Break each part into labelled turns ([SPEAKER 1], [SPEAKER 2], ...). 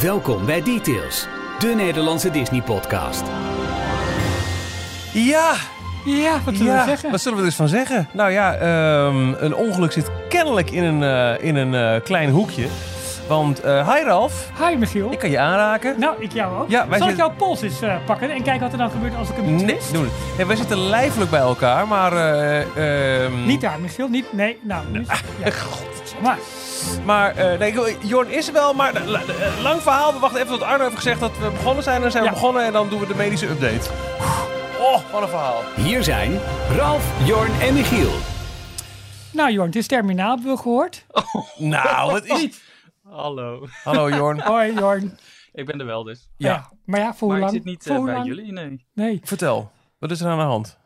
[SPEAKER 1] Welkom bij Details, de Nederlandse Disney-podcast.
[SPEAKER 2] Ja,
[SPEAKER 3] wat zullen we zeggen?
[SPEAKER 2] Wat zullen we dus van zeggen? Nou ja, een ongeluk zit kennelijk in een klein hoekje. Want, hi Ralf.
[SPEAKER 3] Hi Michiel.
[SPEAKER 2] Ik kan je aanraken.
[SPEAKER 3] Nou, ik jou ook.
[SPEAKER 2] Ja,
[SPEAKER 3] Zal ik jouw pols eens pakken en kijken wat er dan gebeurt als ik hem
[SPEAKER 2] Nee,
[SPEAKER 3] twist?
[SPEAKER 2] doe het. Nee, wij zitten lijfelijk bij elkaar, maar...
[SPEAKER 3] Niet daar, Michiel. Niet, nee, nou. Niet, ja. Maar,
[SPEAKER 2] Jorn is er wel, maar lang verhaal. We wachten even tot Arno heeft gezegd dat we begonnen zijn. En dan zijn we begonnen en dan doen we de medische update. Oh, wat een verhaal.
[SPEAKER 1] Hier zijn Ralf, Jorn en Michiel.
[SPEAKER 3] nou Jorn, het is terminaal, hebben we gehoord.
[SPEAKER 2] Nou, wat is...
[SPEAKER 4] Hallo.
[SPEAKER 2] Hallo Jorn.
[SPEAKER 3] Hoi Jorn.
[SPEAKER 4] Ik ben er wel dus.
[SPEAKER 2] Ja.
[SPEAKER 3] Maar ja, voor
[SPEAKER 4] Maar
[SPEAKER 3] hoe
[SPEAKER 4] ik
[SPEAKER 3] lang?
[SPEAKER 4] zit niet
[SPEAKER 3] Voor hoe
[SPEAKER 4] bij
[SPEAKER 3] lang?
[SPEAKER 4] jullie, nee.
[SPEAKER 3] Nee.
[SPEAKER 2] Vertel, wat is er aan de hand?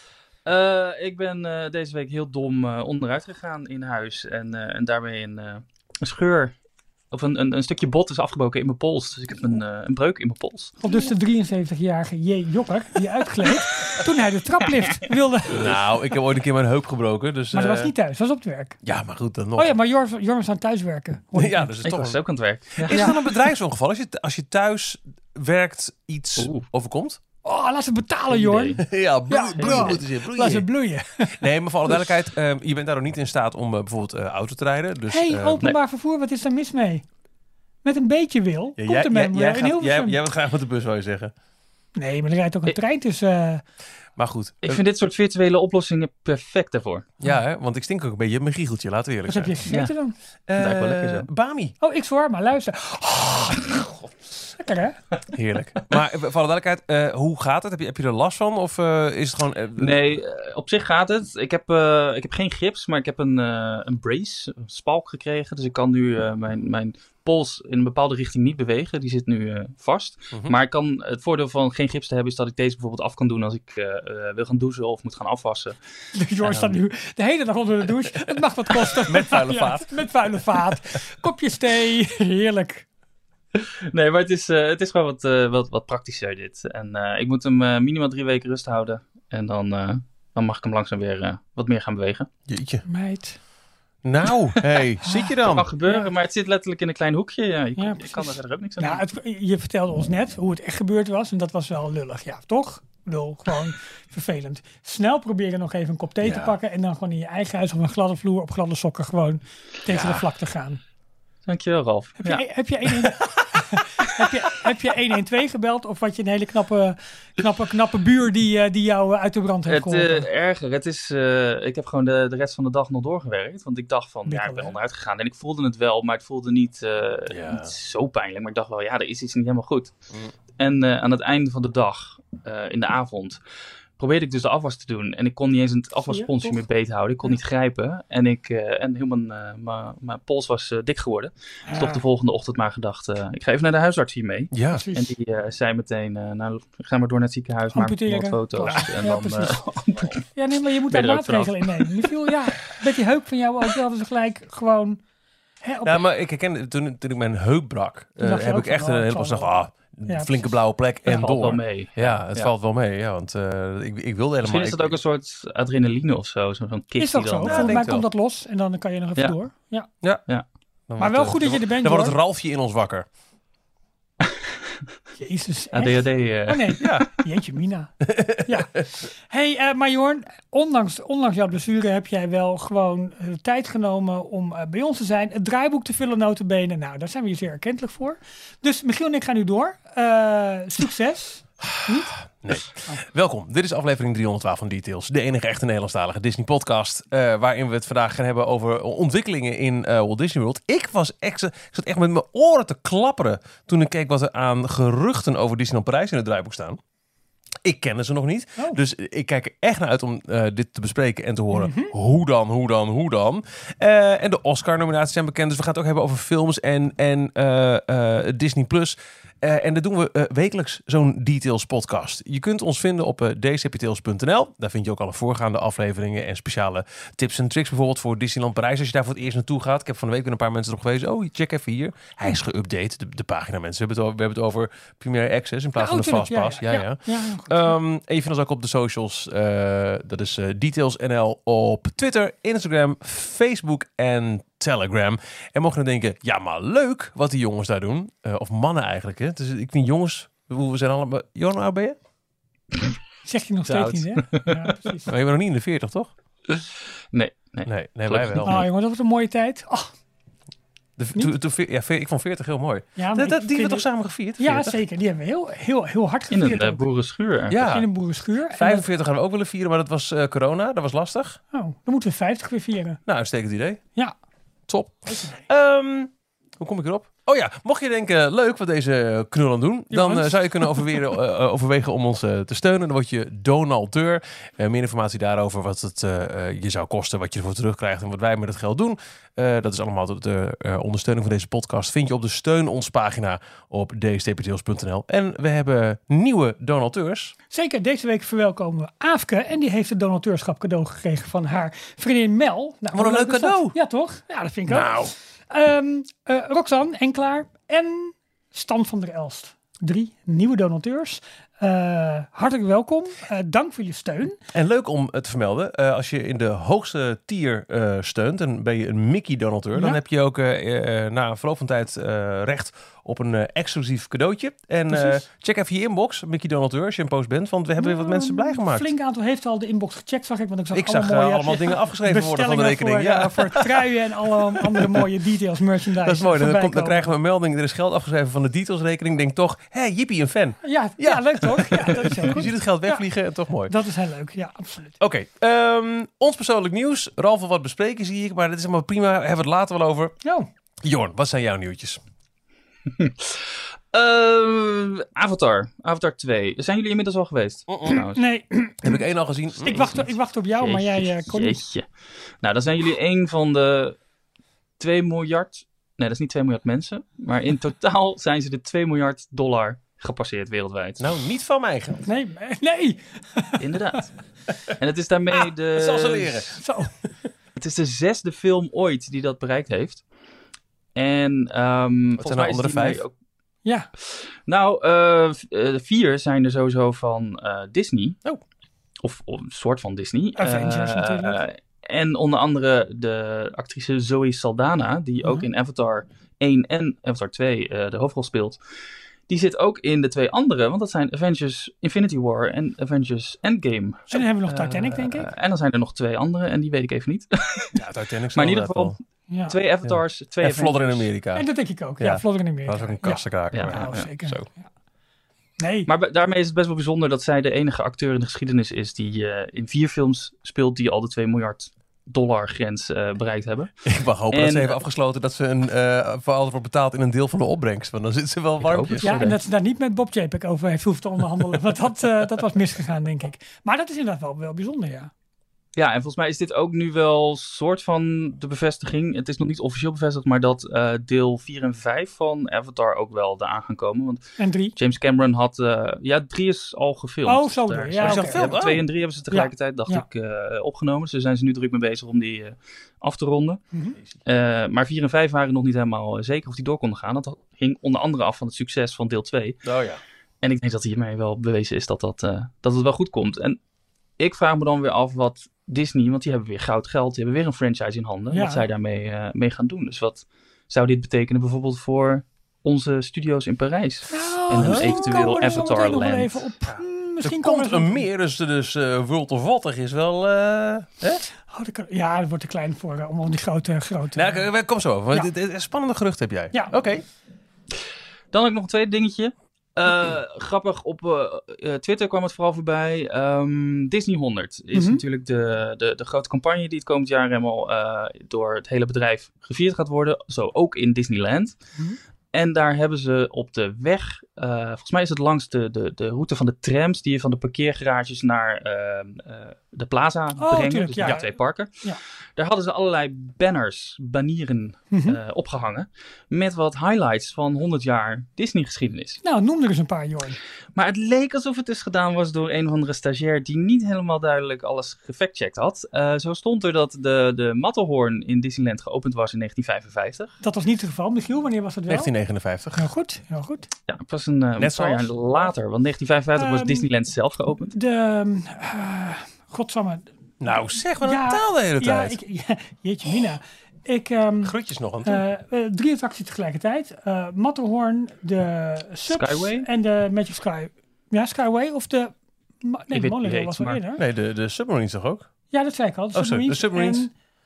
[SPEAKER 4] Ik ben deze week heel dom onderuit gegaan in huis. En daarmee een scheur, of een stukje bot is afgebroken in mijn pols. Dus ik heb een breuk in mijn pols.
[SPEAKER 3] Of dus de 73-jarige J. Jokker, die uitgleed toen hij de traplift wilde.
[SPEAKER 2] Nou, ik heb ooit een keer mijn heup gebroken, dus...
[SPEAKER 3] Maar dat was niet thuis, dat was op het werk.
[SPEAKER 2] Ja, maar goed, dan nog.
[SPEAKER 3] Oh ja, maar Jorn was aan het thuiswerken. Hoor ik
[SPEAKER 2] Ja,
[SPEAKER 3] net.
[SPEAKER 2] dus het
[SPEAKER 4] Ik
[SPEAKER 2] is
[SPEAKER 4] was
[SPEAKER 2] toch...
[SPEAKER 4] ook aan het werk. Ja.
[SPEAKER 2] Is het dan een bedrijfsongeval als je thuis werkt iets overkomt?
[SPEAKER 3] Oh, laat ze betalen,
[SPEAKER 4] Geen
[SPEAKER 3] Jorn.
[SPEAKER 4] idee.
[SPEAKER 2] Ja,
[SPEAKER 3] bloeien
[SPEAKER 2] moeten ze
[SPEAKER 3] Laat ze bloeien.
[SPEAKER 2] Nee, maar voor alle duidelijkheid, je bent daardoor niet in staat om bijvoorbeeld auto te rijden. Dus,
[SPEAKER 3] Hey, openbaar vervoer, wat is daar mis mee? Met een beetje wil,
[SPEAKER 2] ja,
[SPEAKER 3] komt er met in Hilversum.
[SPEAKER 2] jij wilt graag met de bus, wou je zeggen.
[SPEAKER 3] Nee, maar er rijdt ook een trein tussen.
[SPEAKER 2] Maar goed.
[SPEAKER 4] Ik vind dit soort virtuele oplossingen perfect daarvoor.
[SPEAKER 2] Ja, hè, want ik stink ook een beetje op mijn giecheltje, laten we eerlijk
[SPEAKER 3] Wat heb
[SPEAKER 2] zijn.
[SPEAKER 3] je gegeten dan?
[SPEAKER 4] Lijkt wel lekker zo.
[SPEAKER 2] Bami.
[SPEAKER 3] Oh, ik zwaar, maar luister. Oh, lekker hè?
[SPEAKER 2] Heerlijk. Maar voor alle duidelijkheid, hoe gaat het? Heb je er last van? Of is het gewoon...
[SPEAKER 4] Nee, op zich gaat het. Ik heb geen gips, maar ik heb een brace, een spalk gekregen. Dus ik kan nu mijn pols in een bepaalde richting niet bewegen. Die zit nu vast. Maar ik kan, het voordeel van geen gips te hebben is dat ik deze bijvoorbeeld af kan doen als ik wil gaan douchen of moet gaan afwassen.
[SPEAKER 3] Jorn staat nu de hele dag onder de douche. Het mag wat kosten.
[SPEAKER 2] Met vuile
[SPEAKER 3] Ja,
[SPEAKER 2] vaat.
[SPEAKER 3] met vuile vaat. Kopje thee. Heerlijk.
[SPEAKER 4] Nee, maar het is gewoon wat praktischer dit. En ik moet hem minimaal 3 weken rust houden. En dan mag ik hem langzaam weer wat meer gaan bewegen.
[SPEAKER 2] Jeetje.
[SPEAKER 3] Meid.
[SPEAKER 2] Nou, hey, zit je
[SPEAKER 4] Dat
[SPEAKER 2] dan?
[SPEAKER 4] kan gebeuren, maar het zit letterlijk in een klein hoekje. Ja, ik
[SPEAKER 3] precies.
[SPEAKER 4] kan er verder ook niks aan
[SPEAKER 3] Nou,
[SPEAKER 4] doen.
[SPEAKER 3] je vertelde ons net hoe het echt gebeurd was. En dat was wel lullig. Ja, toch? Ik bedoel, gewoon vervelend. Snel proberen nog even een kop thee te pakken. En dan gewoon in je eigen huis op een gladde vloer, op gladde sokken gewoon tegen de vlakte gaan.
[SPEAKER 4] Dankjewel, Ralf.
[SPEAKER 3] Heb je 112 gebeld? Of had je een hele knappe buur die jou uit de brand heeft
[SPEAKER 4] Het
[SPEAKER 3] geholpen?
[SPEAKER 4] erger, het is, ik heb gewoon de rest van de dag nog doorgewerkt. Want ik dacht van, ik ben onderuit gegaan. En ik voelde het wel, maar het voelde niet zo pijnlijk. Maar ik dacht wel, er is iets niet helemaal goed. En aan het einde van de dag, in de avond, probeerde ik dus de afwas te doen. En ik kon niet eens een afwassponsje meer beethouden. Ik kon niet grijpen. En heel mijn pols was dik geworden. Dus toch de volgende ochtend maar gedacht, ik ga even naar de huisarts hiermee.
[SPEAKER 2] Ja.
[SPEAKER 3] Precies.
[SPEAKER 4] En die zei meteen, ga maar door naar het ziekenhuis, maak
[SPEAKER 3] Amputeren.
[SPEAKER 4] wat foto's.
[SPEAKER 3] Klaar.
[SPEAKER 4] En
[SPEAKER 3] Ja,
[SPEAKER 4] dan,
[SPEAKER 3] precies. Ja, nee, maar je moet
[SPEAKER 4] ben
[SPEAKER 3] daar
[SPEAKER 4] je er ook
[SPEAKER 3] maatregelen in nemen. Michiel, ja, met die heup van jou ook wel eens gelijk gewoon...
[SPEAKER 2] Ja, maar ik herken, toen ik mijn heup brak,
[SPEAKER 3] dacht je
[SPEAKER 2] heb
[SPEAKER 3] ook
[SPEAKER 2] ik echt
[SPEAKER 3] van,
[SPEAKER 2] een
[SPEAKER 3] het
[SPEAKER 2] heleboel
[SPEAKER 3] zal
[SPEAKER 2] gedacht,
[SPEAKER 3] Ja,
[SPEAKER 2] flinke blauwe plek en
[SPEAKER 4] valt
[SPEAKER 2] door.
[SPEAKER 4] wel mee.
[SPEAKER 2] Ja, het valt wel mee, ja, want ik wilde helemaal...
[SPEAKER 4] Misschien is dat ook een soort adrenaline of zo, zo'n kick
[SPEAKER 3] Is dat
[SPEAKER 4] die
[SPEAKER 3] zo?
[SPEAKER 4] dan...
[SPEAKER 3] Volgens mij
[SPEAKER 2] denk
[SPEAKER 3] komt
[SPEAKER 2] wel.
[SPEAKER 3] dat los en dan kan je nog even
[SPEAKER 4] Ja.
[SPEAKER 3] door. Ja.
[SPEAKER 2] Dan
[SPEAKER 3] Maar
[SPEAKER 2] wordt,
[SPEAKER 3] wel goed dat je er bent,
[SPEAKER 2] Dan wordt het
[SPEAKER 3] hoor.
[SPEAKER 2] Ralfje in ons wakker.
[SPEAKER 3] Jezus, echt?
[SPEAKER 4] ADHD.
[SPEAKER 3] Oh nee, jeetje mina. Ja. Hey, maar Jorn, ondanks jouw blessure heb jij wel gewoon tijd genomen om bij ons te zijn. Het draaiboek te vullen, nota bene. Nou, daar zijn we je zeer erkentelijk voor. Dus Michiel en ik gaan nu door. Succes. Niet?
[SPEAKER 2] Nee. Welkom, dit is aflevering 312 van Details. De enige echte Nederlandstalige Disney podcast. Waarin we het vandaag gaan hebben over ontwikkelingen in Walt Disney World. Ik zat echt met mijn oren te klapperen toen ik keek wat er aan geruchten over Disneyland Parijs in het draaiboek staan. Ik kende ze nog niet.
[SPEAKER 3] Oh.
[SPEAKER 2] Dus ik kijk er echt naar uit om dit te bespreken en te horen. Hoe dan? En de Oscar-nominaties zijn bekend. Dus we gaan het ook hebben over films en Disney+. En dat doen we wekelijks, zo'n Details podcast. Je kunt ons vinden op dcptails.nl. Daar vind je ook alle voorgaande afleveringen en speciale tips en tricks. Bijvoorbeeld voor Disneyland Parijs, als je daar voor het eerst naartoe gaat. Ik heb van de week weer een paar mensen erop gewezen. Oh, check even hier. Hij is geüpdate, de pagina mensen. We hebben het over Premier Access in plaats van de Fastpass. Ja. En je vindt ons ook op de socials. Dat is Details NL op Twitter, Instagram, Facebook en Telegram. En mogen dan denken, ja maar leuk wat die jongens daar doen. Of mannen eigenlijk. Hè? Dus ik vind jongens, we zijn allemaal... Johan, hoe oud ben je?
[SPEAKER 3] Zeg je nog steeds niet, hè? Ja, precies.
[SPEAKER 2] Maar je bent nog niet in de 40, toch?
[SPEAKER 4] Nee.
[SPEAKER 2] Nee, wij wel.
[SPEAKER 3] Oh, jongen, dat was een mooie tijd. Oh,
[SPEAKER 2] Ik vond 40 heel mooi.
[SPEAKER 3] ja,
[SPEAKER 2] Die
[SPEAKER 3] maar
[SPEAKER 2] hebben we toch samen gevierd?
[SPEAKER 3] Ja,
[SPEAKER 2] 40?
[SPEAKER 3] zeker. Die hebben we heel hard
[SPEAKER 4] In
[SPEAKER 3] gevierd.
[SPEAKER 4] een
[SPEAKER 3] ook.
[SPEAKER 4] boerenschuur.
[SPEAKER 2] Ja,
[SPEAKER 3] In een boerenschuur. En
[SPEAKER 2] 45 gaan we ook willen vieren, maar dat was corona. Dat was lastig.
[SPEAKER 3] dan moeten we 50 weer vieren.
[SPEAKER 2] Nou, uitstekend idee.
[SPEAKER 3] Ja.
[SPEAKER 2] Top. Hoe kom ik erop? Oh ja, mocht je denken, leuk wat deze knullen doen, dan
[SPEAKER 3] Jongens.
[SPEAKER 2] zou je kunnen overwegen om ons te steunen. Dan word je donateur. Meer informatie daarover wat het je zou kosten, wat je ervoor terugkrijgt en wat wij met het geld doen. Dat is allemaal de ondersteuning van deze podcast. Vind je op de Steun ons pagina op dstptails.nl. En we hebben nieuwe donateurs.
[SPEAKER 3] Zeker, deze week verwelkomen we Aafke. En die heeft het donateurschap cadeau gekregen van haar vriendin Mel. Nou,
[SPEAKER 2] Wat een leuk
[SPEAKER 3] is dat?
[SPEAKER 2] cadeau.
[SPEAKER 3] Ja, toch? Ja, dat vind ik ook.
[SPEAKER 2] Nou,
[SPEAKER 3] Roxanne, Enklaar en Stan van der Elst. 3 nieuwe donateurs. Hartelijk welkom. Dank voor je steun.
[SPEAKER 2] en leuk om te vermelden, als je in de hoogste tier steunt, dan ben je een Mickey-donateur.
[SPEAKER 3] Ja.
[SPEAKER 2] Dan heb je ook na verloop van tijd recht op een exclusief cadeautje. En
[SPEAKER 3] Precies.
[SPEAKER 2] check even je inbox, Mickey-donateur, als je een post bent. Want we hebben weer wat mensen blij
[SPEAKER 3] Een
[SPEAKER 2] gemaakt.
[SPEAKER 3] flink aantal heeft al de inbox gecheckt, zag ik. Want ik zag,
[SPEAKER 2] Ik zag allemaal dingen afgeschreven worden van de rekening.
[SPEAKER 3] Voor, voor truien en alle andere mooie details, merchandise.
[SPEAKER 2] Dat is mooi. Dan
[SPEAKER 3] voorbij
[SPEAKER 2] dan
[SPEAKER 3] komen.
[SPEAKER 2] krijgen we een melding, er is geld afgeschreven van de detailsrekening. Denk toch, hé, jippie, een fan.
[SPEAKER 3] Ja, leuk toch? Ja, dat is heel
[SPEAKER 2] Je
[SPEAKER 3] goed.
[SPEAKER 2] ziet het geld wegvliegen en toch mooi.
[SPEAKER 3] Dat is heel leuk, ja, absoluut.
[SPEAKER 2] Oké, ons persoonlijk nieuws. Ralf wil wat bespreken, zie ik. Maar dat is allemaal prima. Daar hebben we het later wel over.
[SPEAKER 3] Oh,
[SPEAKER 2] Jorn, wat zijn jouw nieuwtjes?
[SPEAKER 4] Avatar 2. Zijn jullie inmiddels al geweest? Trouwens.
[SPEAKER 3] nee,
[SPEAKER 2] Heb ik één al gezien?
[SPEAKER 3] ik wacht op jou, maar jij kon niet.
[SPEAKER 4] Jeetje. Nou, dan zijn jullie een van de 2 miljard... Nee, dat is niet 2 miljard mensen. Maar in totaal zijn ze de $2 miljard gepasseerd wereldwijd.
[SPEAKER 2] Nou, niet van mij geld.
[SPEAKER 3] Nee.
[SPEAKER 4] Inderdaad. En het is daarmee
[SPEAKER 2] Dat zal ze leren.
[SPEAKER 3] Zo.
[SPEAKER 4] Het is de 6e film ooit die dat bereikt heeft. En
[SPEAKER 2] Wat zijn
[SPEAKER 4] volgens
[SPEAKER 2] de
[SPEAKER 4] mij is
[SPEAKER 2] andere
[SPEAKER 4] die mee
[SPEAKER 2] 5?
[SPEAKER 4] ook...
[SPEAKER 3] Ja,
[SPEAKER 4] Nou, 4 zijn er sowieso van Disney.
[SPEAKER 2] Oh.
[SPEAKER 4] Of een soort van Disney.
[SPEAKER 3] Avengers natuurlijk.
[SPEAKER 4] En onder andere de actrice Zoe Saldana, die ook in Avatar 1 en Avatar 2 de hoofdrol speelt. Die zit ook in de 2 andere, want dat zijn Avengers Infinity War en Avengers Endgame.
[SPEAKER 3] en dan hebben we nog Titanic, denk ik.
[SPEAKER 4] En dan zijn er nog 2 andere en die weet ik even niet.
[SPEAKER 2] Ja, Titanic.
[SPEAKER 4] Maar in ieder geval,
[SPEAKER 3] Ja.
[SPEAKER 4] 2 Avatars, 2
[SPEAKER 2] En vlodder in
[SPEAKER 4] Avengers.
[SPEAKER 2] Amerika.
[SPEAKER 3] En dat denk ik ook. Ja,
[SPEAKER 2] Ja.
[SPEAKER 3] vlodder in Amerika.
[SPEAKER 2] Dat was ook een kassenkraker.
[SPEAKER 4] Ja.
[SPEAKER 3] Ja, zeker.
[SPEAKER 2] Zo.
[SPEAKER 3] Ja. Nee,
[SPEAKER 4] Maar daarmee is het best wel bijzonder dat zij de enige acteur in de geschiedenis is die in 4 films speelt die al de $2 miljard grens bereikt hebben.
[SPEAKER 2] Ik mag hopen dat
[SPEAKER 4] En-
[SPEAKER 2] ze heeft afgesloten dat ze voor altijd wordt betaald in een deel van de opbrengst. Want dan zit ze wel warmpjes.
[SPEAKER 3] ja, en dat ze daar niet met Bob JPEG over heeft hoeven te onderhandelen. Want dat was misgegaan, denk ik. Maar dat is inderdaad wel bijzonder, ja.
[SPEAKER 4] Ja, en volgens mij is dit ook nu wel soort van de bevestiging. Het is nog niet officieel bevestigd, maar dat deel 4 en 5 van Avatar ook wel eraan gaan komen. Want
[SPEAKER 3] En 3.
[SPEAKER 4] James Cameron had... 3 is al gefilmd.
[SPEAKER 3] Oh, zo weer. Ja, oké.
[SPEAKER 4] 2 en 3 hebben ze tegelijkertijd, dacht
[SPEAKER 3] Ja.
[SPEAKER 4] ik, opgenomen. Dus daar zijn ze nu druk mee bezig om die af te ronden.
[SPEAKER 3] Mhm.
[SPEAKER 4] Maar 4 en 5 waren nog niet helemaal zeker of die door konden gaan. Dat hing onder andere af van het succes van deel 2.
[SPEAKER 2] Oh ja.
[SPEAKER 4] En ik denk dat hiermee wel bewezen is dat het wel goed komt. En ik vraag me dan weer af wat Disney, want die hebben weer goud geld, die hebben weer een franchise in handen,
[SPEAKER 3] Ja.
[SPEAKER 4] wat zij daarmee mee gaan doen. Dus wat zou dit betekenen bijvoorbeeld voor onze studio's in Parijs? En een
[SPEAKER 3] misschien
[SPEAKER 4] eventueel
[SPEAKER 3] komen we er zo meteen nog wel
[SPEAKER 4] Avatar-land.
[SPEAKER 3] even op. Misschien
[SPEAKER 2] Er
[SPEAKER 3] komen
[SPEAKER 2] komt
[SPEAKER 3] we er
[SPEAKER 2] een
[SPEAKER 3] zo-
[SPEAKER 2] meer, dus World of Water is wel... hè?
[SPEAKER 3] Ja, dat wordt te klein voor om die grote...
[SPEAKER 2] Nou, kom zo over. Want
[SPEAKER 3] Ja.
[SPEAKER 2] dit spannende gerucht heb jij.
[SPEAKER 3] Ja.
[SPEAKER 2] Oké.
[SPEAKER 4] Dan heb ik nog een tweede dingetje. Grappig, op Twitter kwam het vooral voorbij. Disney 100 is natuurlijk de grote campagne die het komend jaar helemaal door het hele bedrijf gevierd gaat worden. Zo ook in Disneyland. En daar hebben ze op de weg, volgens mij is het langs de route van de trams die je van de parkeergarages naar de plaza brengen.
[SPEAKER 3] tuurlijk,
[SPEAKER 4] dus
[SPEAKER 3] ja.
[SPEAKER 4] naar de 2 parken.
[SPEAKER 3] Ja.
[SPEAKER 4] Daar hadden ze allerlei banieren opgehangen met wat highlights van 100 jaar Disney-geschiedenis.
[SPEAKER 3] Nou, noem er eens een paar, Jorn.
[SPEAKER 4] Maar het leek alsof het dus gedaan was door een of andere stagiair die niet helemaal duidelijk alles gefactcheckt had. Zo stond er dat de Matterhorn in Disneyland geopend was in 1955.
[SPEAKER 3] Dat was niet het geval, Michiel. Wanneer was dat wel?
[SPEAKER 2] 1959.
[SPEAKER 3] Heel goed, heel goed.
[SPEAKER 4] Ja, het was een paar
[SPEAKER 2] zoals?
[SPEAKER 4] jaar later, want 1955 was Disneyland zelf geopend.
[SPEAKER 3] Godsamme.
[SPEAKER 2] Nou zeg, wat een
[SPEAKER 3] Ja,
[SPEAKER 2] taal de hele tijd.
[SPEAKER 3] Jeetje mina.
[SPEAKER 2] Groetjes nog aan toe.
[SPEAKER 3] 3 attracties tegelijkertijd. Matterhorn, de Subs
[SPEAKER 4] Skyway?
[SPEAKER 3] en de Magic Sky. Ja, Skyway of de... Nee, de monorail was wel eerder.
[SPEAKER 2] Nee, de Submarines toch ook?
[SPEAKER 3] Ja, dat zei ik al. De
[SPEAKER 2] Submarines. De Submarines.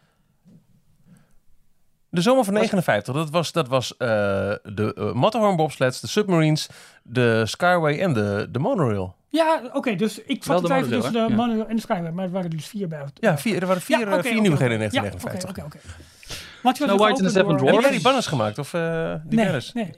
[SPEAKER 2] De zomer van 59, dat was de Matterhorn bobsleds, de Submarines, de Skyway en de monorail.
[SPEAKER 3] Ja, oké, dus ik zat te twijfelen tussen de monorail en de Skyway, maar het waren dus 4 bij.
[SPEAKER 2] Ja, er waren 4 nieuwigheden in 1959.
[SPEAKER 3] Oké.
[SPEAKER 4] Snow White and the Seven Dwarfs.
[SPEAKER 2] Heb jij die banners gemaakt? Of die banners?
[SPEAKER 3] Nee.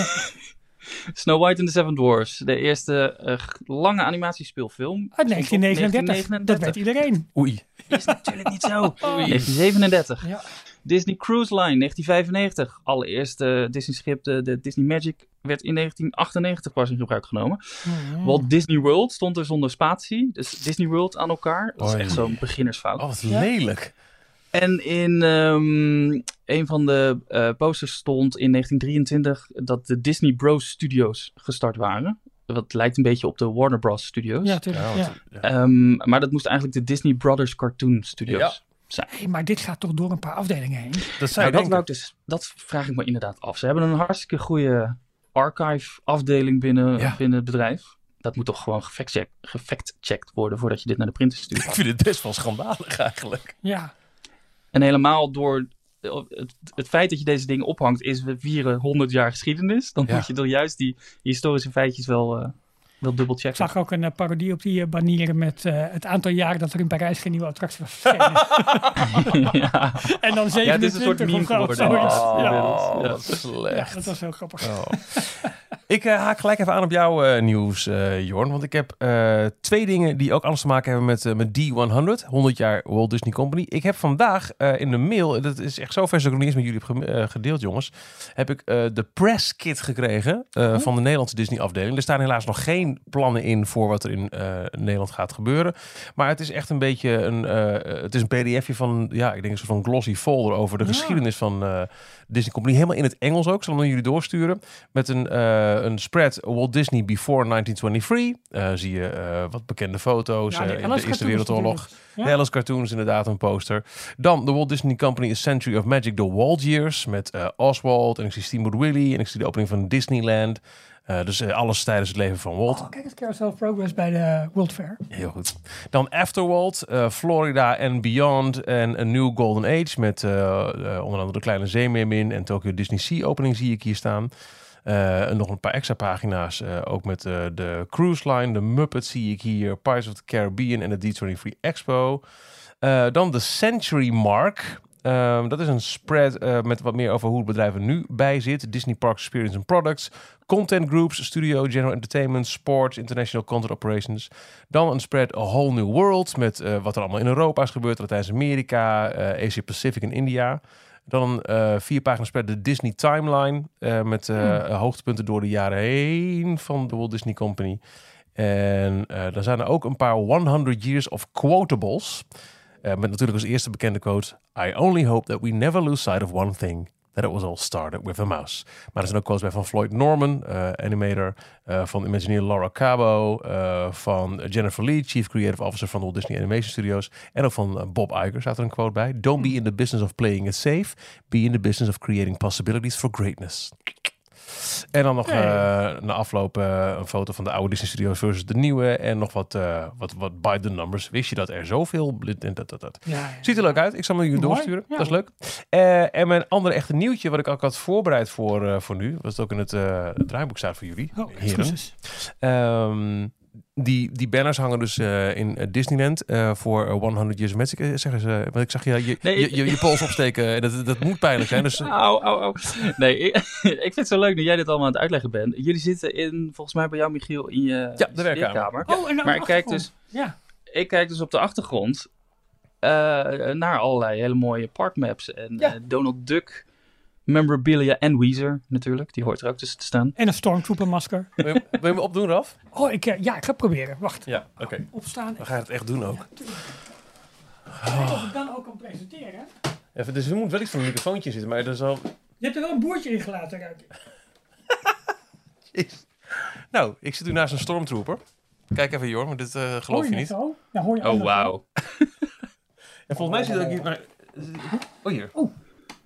[SPEAKER 4] Snow White and the Seven Dwarfs. De eerste lange animatiespeelfilm.
[SPEAKER 3] Uit 1939. Dat weet iedereen.
[SPEAKER 2] Oei.
[SPEAKER 4] Is natuurlijk niet zo. 1937.
[SPEAKER 3] Ja.
[SPEAKER 4] Disney Cruise Line, 1995. Allereerste Disney-schip, de Disney Magic, werd in 1998 pas in gebruik genomen. Walt Disney World stond er zonder spatie. Dus Disney World aan elkaar. Dat is echt zo'n beginnersfout.
[SPEAKER 2] Oh, wat lelijk.
[SPEAKER 4] En in een van de posters stond in 1923 dat de Disney Bros Studios gestart waren. Wat lijkt een beetje op de Warner Bros Studios.
[SPEAKER 3] Ja, tuurlijk.
[SPEAKER 4] Maar dat moest eigenlijk de Disney Brothers Cartoon Studios zijn.
[SPEAKER 3] Hey, maar dit gaat toch door een paar afdelingen heen?
[SPEAKER 4] Dat vraag ik me inderdaad af. Ze hebben een hartstikke goede archive afdeling binnen het bedrijf. Dat moet toch gewoon gefact-checked worden voordat je dit naar de printer stuurt.
[SPEAKER 2] Ik vind het best wel schandalig eigenlijk.
[SPEAKER 3] Ja.
[SPEAKER 4] En helemaal door het feit dat je deze dingen ophangt is, we vieren 100 jaar geschiedenis. Dan moet je dan juist die historische feitjes wel dubbel checken.
[SPEAKER 3] Ik zag ook een parodie op die banieren met het aantal jaren dat er in Parijs geen nieuwe attractie was verschenen.
[SPEAKER 4] Ja.
[SPEAKER 3] En dan 27
[SPEAKER 4] het is een soort meme geworden.
[SPEAKER 2] Wat slecht.
[SPEAKER 3] Ja, dat was heel grappig.
[SPEAKER 2] Oh. Ik haak gelijk even aan op jouw nieuws, Jorn. Want ik heb 2 dingen die ook alles te maken hebben met D100. 100 jaar Walt Disney Company. Ik heb vandaag in de mail, dat is echt zo ver als ik nog niet eens met jullie heb gedeeld, jongens. Heb ik de press kit gekregen van de Nederlandse Disney afdeling. Er staan helaas nog geen plannen in voor wat er in Nederland gaat gebeuren. Maar het is echt een beetje het is een pdfje van, ik denk een soort van glossy folder over de geschiedenis van Disney Company. Helemaal in het Engels ook. Zal ik hem jullie doorsturen. Met een spread Walt Disney before 1923. Zie je wat bekende foto's in de Eerste Wereldoorlog. De Alice cartoons, inderdaad, een poster. Dan de Walt Disney Company A Century of Magic, The Walt Years. Met Oswald en ik zie Steamboat Willie en ik zie de opening van Disneyland. Dus alles tijdens het leven van Walt.
[SPEAKER 3] Kijk eens Carousel of Progress bij de World Fair.
[SPEAKER 2] Heel goed. Dan After Walt, Florida and Beyond en A New Golden Age. Met onder andere de Kleine Zeemeermin en Tokyo Disney Sea opening zie ik hier staan. Nog een paar extra pagina's. Ook met de Cruise Line, de Muppets zie ik hier. Pirates of the Caribbean en de D23 Expo. Dan de Century Mark. Dat is een spread met wat meer over hoe het bedrijf er nu bij zit. Disney Parks Experience and Products, Content Groups, Studio, General Entertainment, Sports, International Content Operations. Dan een spread A Whole New World met wat er allemaal in Europa is gebeurd. Latijns-Amerika, Asia Pacific en India. Dan 4 pagina's spread de Disney Timeline met hoogtepunten door de jaren heen van de Walt Disney Company. En dan zijn er ook een paar 100 Years of Quotables. Met natuurlijk als eerste bekende quote: I only hope that we never lose sight of one thing. That it was all started with a mouse. Maar er zijn ook quotes bij van Floyd Norman, animator. Van Imagineer Laura Cabo. Van Jennifer Lee, Chief Creative Officer van de Walt Disney Animation Studios. En ook van Bob Iger staat er een quote bij. Don't be in the business of playing it safe. Be in the business of creating possibilities for greatness. En dan nog na afloop een foto van de oude Disney Studios versus de nieuwe. En nog wat by the numbers. Wist je dat er zoveel... Ziet er leuk uit. Ik zal hem jullie doorsturen. Ja. Dat is leuk. En mijn andere echte nieuwtje wat ik ook had voorbereid voor nu. Was het ook in het draaiboek staat voor jullie. Heren. Die banners hangen dus in Disneyland voor 100 Years of Magic. Zeggen ze, want ik zag je pols opsteken. Dat moet pijnlijk zijn. Dus,
[SPEAKER 4] Au. Nee, ik vind het zo leuk dat jij dit allemaal aan het uitleggen bent. Jullie zitten volgens mij bij jou, Michiel, in je
[SPEAKER 2] de werkkamer.
[SPEAKER 4] Maar ik kijk dus op de achtergrond naar allerlei hele mooie parkmaps. En Donald Duck memorabilia en Weezer natuurlijk. Die hoort er ook tussen te staan.
[SPEAKER 3] En een Stormtrooper masker.
[SPEAKER 2] Wil je me opdoen, Raf?
[SPEAKER 3] Ik ga proberen. Wacht.
[SPEAKER 2] Ja, oké.
[SPEAKER 3] Opstaan.
[SPEAKER 2] Dan ga je het echt doen ook.
[SPEAKER 3] Of ik dan ook kan presenteren.
[SPEAKER 2] Even, dus er moet wel iets van een microfoontje zitten, maar er zal...
[SPEAKER 3] Je hebt er wel een boertje in gelaten, ruik
[SPEAKER 2] ik. Nou, ik zit nu naast een Stormtrooper. Kijk even, Jorn, maar dit geloof je niet.
[SPEAKER 3] Zo? Ja, hoor je
[SPEAKER 4] wauw.
[SPEAKER 2] En volgens mij zit er ook hier... Oh, hier.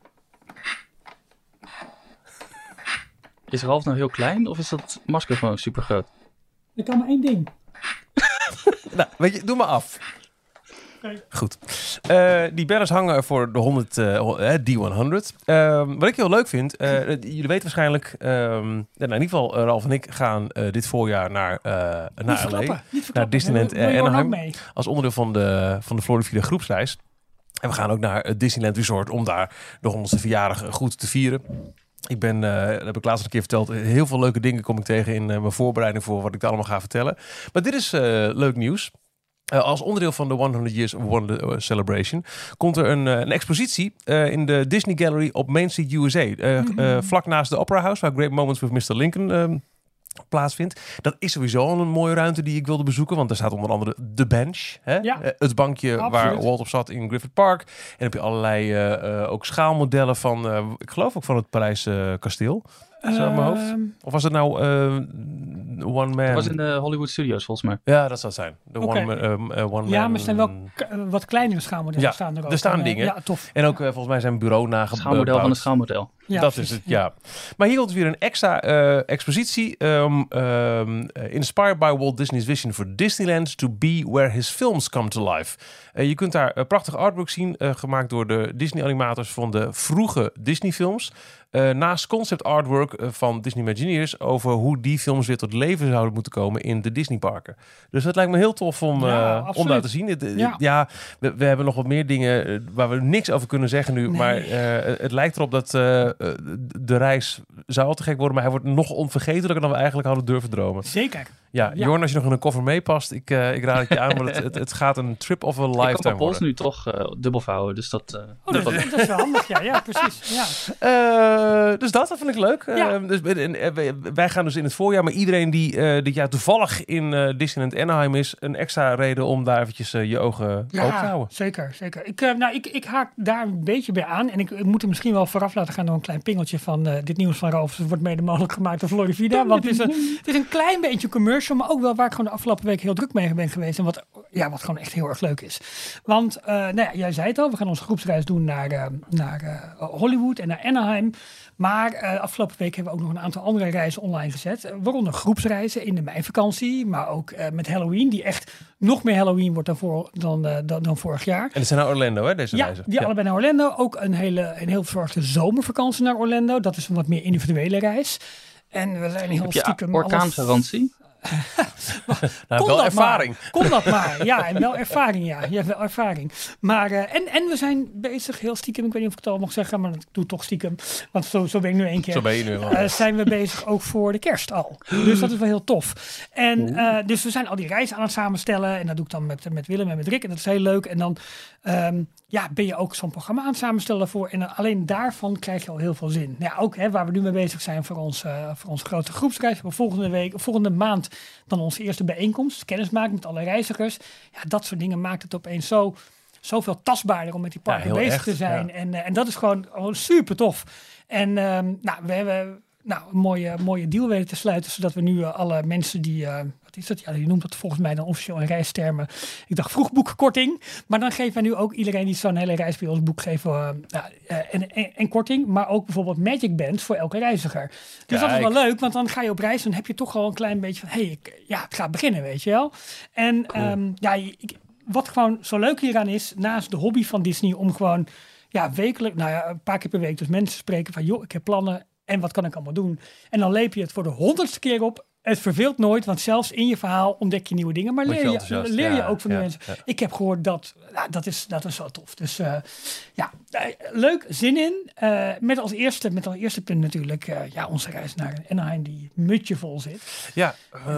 [SPEAKER 4] Is Ralf nou heel klein of is dat masker gewoon super groot?
[SPEAKER 3] Ik kan maar één ding.
[SPEAKER 2] Nou, weet je, doe maar af.
[SPEAKER 3] Okay.
[SPEAKER 2] Goed. Die banners hangen voor de D100. Wat ik heel leuk vind, jullie weten waarschijnlijk, in ieder geval Ralf en ik gaan dit voorjaar naar LA, naar Disneyland Anaheim, als onderdeel van de Florida groepsreis. En we gaan ook naar Disneyland Resort om daar de 100ste verjaardag goed te vieren. Ik ben, dat heb ik laatst een keer verteld, heel veel leuke dingen kom ik tegen in mijn voorbereiding voor wat ik allemaal ga vertellen. Maar dit is leuk nieuws. Als onderdeel van de 100 Years Wonder Celebration komt er een expositie in de Disney Gallery op Main Street, USA. Vlak naast de Opera House, waar Great Moments with Mr. Lincoln plaatsvindt. Dat is sowieso al een mooie ruimte die ik wilde bezoeken, want er staat onder andere de bench, hè? Ja, het bankje absoluut. Waar Walt op zat in Griffith Park. En dan heb je allerlei ook schaalmodellen van, ik geloof ook van het Parijse kasteel. Zo in mijn hoofd. Of was het nou One Man?
[SPEAKER 4] Dat was in de Hollywood Studios volgens mij.
[SPEAKER 2] Ja, dat zou het zijn. De One Man.
[SPEAKER 3] Ja, maar er zijn wel wat kleinere schaalmodellen staan er ook.
[SPEAKER 2] Er staan dingen.
[SPEAKER 3] Ja, tof.
[SPEAKER 2] En ook volgens mij zijn bureau nagebouwd.
[SPEAKER 4] Schaalmodel van een schaalmodel.
[SPEAKER 2] Ja, dat precies. Is het, ja. Maar hier komt weer een extra expositie. Inspired by Walt Disney's vision for Disneyland to be where his films come to life. Je kunt daar prachtig artwork zien, gemaakt door de Disney-animators van de vroege Disney-films. Naast concept artwork van Disney Imagineers over hoe die films weer tot leven zouden moeten komen in de Disneyparken. Dus dat lijkt me heel tof om daar te zien. We hebben nog wat meer dingen waar we niks over kunnen zeggen nu. Nee. Maar het lijkt erop dat de reis zou al te gek worden, maar hij wordt nog onvergetelijker dan we eigenlijk hadden durven dromen.
[SPEAKER 3] Zeker.
[SPEAKER 2] Ja, Jorn, als je nog in een koffer meepast, ik raad het je aan, want het gaat een trip of a lifetime worden. Ik kan
[SPEAKER 4] mijn pols nu toch dubbel vouwen, dus dat...
[SPEAKER 3] dat is wel handig, ja, precies. Ja.
[SPEAKER 2] Dus dat vind ik leuk. Ja. Wij gaan dus in het voorjaar, maar iedereen die dit jaar toevallig in Disneyland Anaheim is, een extra reden om daar eventjes je ogen open te houden.
[SPEAKER 3] Zeker. Ik haak daar een beetje bij aan en ik moet er misschien wel vooraf laten gaan door een klein pingeltje van dit nieuws van Ralf. Het wordt mede mogelijk gemaakt door Florida, want het is een klein beetje commercial, maar ook wel waar ik gewoon de afgelopen week heel druk mee ben geweest en wat gewoon echt heel erg leuk is. Want jij zei het al, we gaan onze groepsreis doen naar Hollywood en naar Anaheim. Maar afgelopen week hebben we ook nog een aantal andere reizen online gezet. Waaronder groepsreizen in de meivakantie, maar ook met Halloween, die echt nog meer Halloween wordt dan vorig jaar. En
[SPEAKER 2] dat zijn naar Orlando, hè, deze reizen?
[SPEAKER 3] Die allebei naar Orlando. Ook een heel verzorgde zomervakantie naar Orlando. Dat is een wat meer individuele reis. En we zijn heel stiekem...
[SPEAKER 4] orkaangarantie?
[SPEAKER 2] Wel ervaring.
[SPEAKER 3] Kom dat maar. Ja, en wel ervaring, ja. Je hebt wel ervaring. Maar, en we zijn bezig, heel stiekem, ik weet niet of ik het al mag zeggen, maar dat doe ik toch stiekem. Want zo ben ik nu 1 keer.
[SPEAKER 2] Zo ben je nu wel.
[SPEAKER 3] Zijn we bezig ook voor de kerst al. Dus dat is wel heel tof. En dus we zijn al die reizen aan het samenstellen. En dat doe ik dan met Willem en met Rick. En dat is heel leuk. En dan ben je ook zo'n programma aan het samenstellen voor. En alleen daarvan krijg je al heel veel zin. Ja, ook waar we nu mee bezig zijn voor onze grote groepsreis. We volgende maand dan onze eerste bijeenkomst. Kennis maken met alle reizigers. Ja, dat soort dingen maakt het opeens zoveel tastbaarder om met die parken bezig te zijn. Ja. En dat is gewoon super tof. En we hebben een mooie deal weten te sluiten, zodat we nu alle mensen die... wat is dat? Ja, die noemt dat volgens mij dan officieel in reistermen. Ik dacht vroegboekkorting. Maar dan geven wij nu ook iedereen die zo'n hele reis bij ons boek geven en korting. Maar ook bijvoorbeeld Magic Bands voor elke reiziger. Dus dat is wel leuk, want dan ga je op reis en dan heb je toch al een klein beetje van... het gaat beginnen, weet je wel. En wat gewoon zo leuk hieraan is, naast de hobby van Disney, om gewoon wekelijk, een paar keer per week dus mensen spreken van, joh, ik heb plannen en wat kan ik allemaal doen? En dan leep je het voor de 100ste keer op. Het verveelt nooit, want zelfs in je verhaal ontdek je nieuwe dingen. Maar leer je ook van de mensen. Ja. Ik heb gehoord dat is zo tof. Dus leuk, zin in. Met als eerste punt natuurlijk onze reis naar Anaheim die mutje vol zit.
[SPEAKER 2] Ja,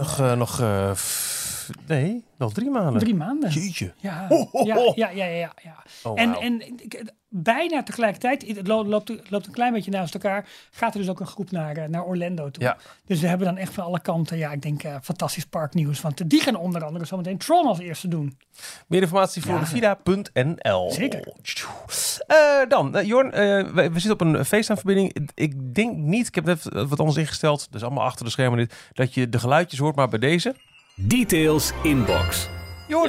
[SPEAKER 2] nog 3 maanden.
[SPEAKER 3] 3 maanden.
[SPEAKER 2] Jeetje.
[SPEAKER 3] Ja. Oh, en bijna tegelijkertijd, het loopt een klein beetje naast elkaar, gaat er dus ook een groep naar Orlando toe. Ja. Dus we hebben dan echt van alle kanten, ik denk fantastisch parknieuws. Want die gaan onder andere zometeen Tron als eerste doen.
[SPEAKER 2] Meer informatie voor Florida.nl.
[SPEAKER 3] Zeker.
[SPEAKER 2] Dan, Jorn, we zitten op een FaceTime-verbinding. Ik denk niet, ik heb net wat anders ingesteld, dus allemaal achter de schermen dit, dat je de geluidjes hoort, maar bij deze...
[SPEAKER 1] Details inbox.
[SPEAKER 2] Je hoort het nu.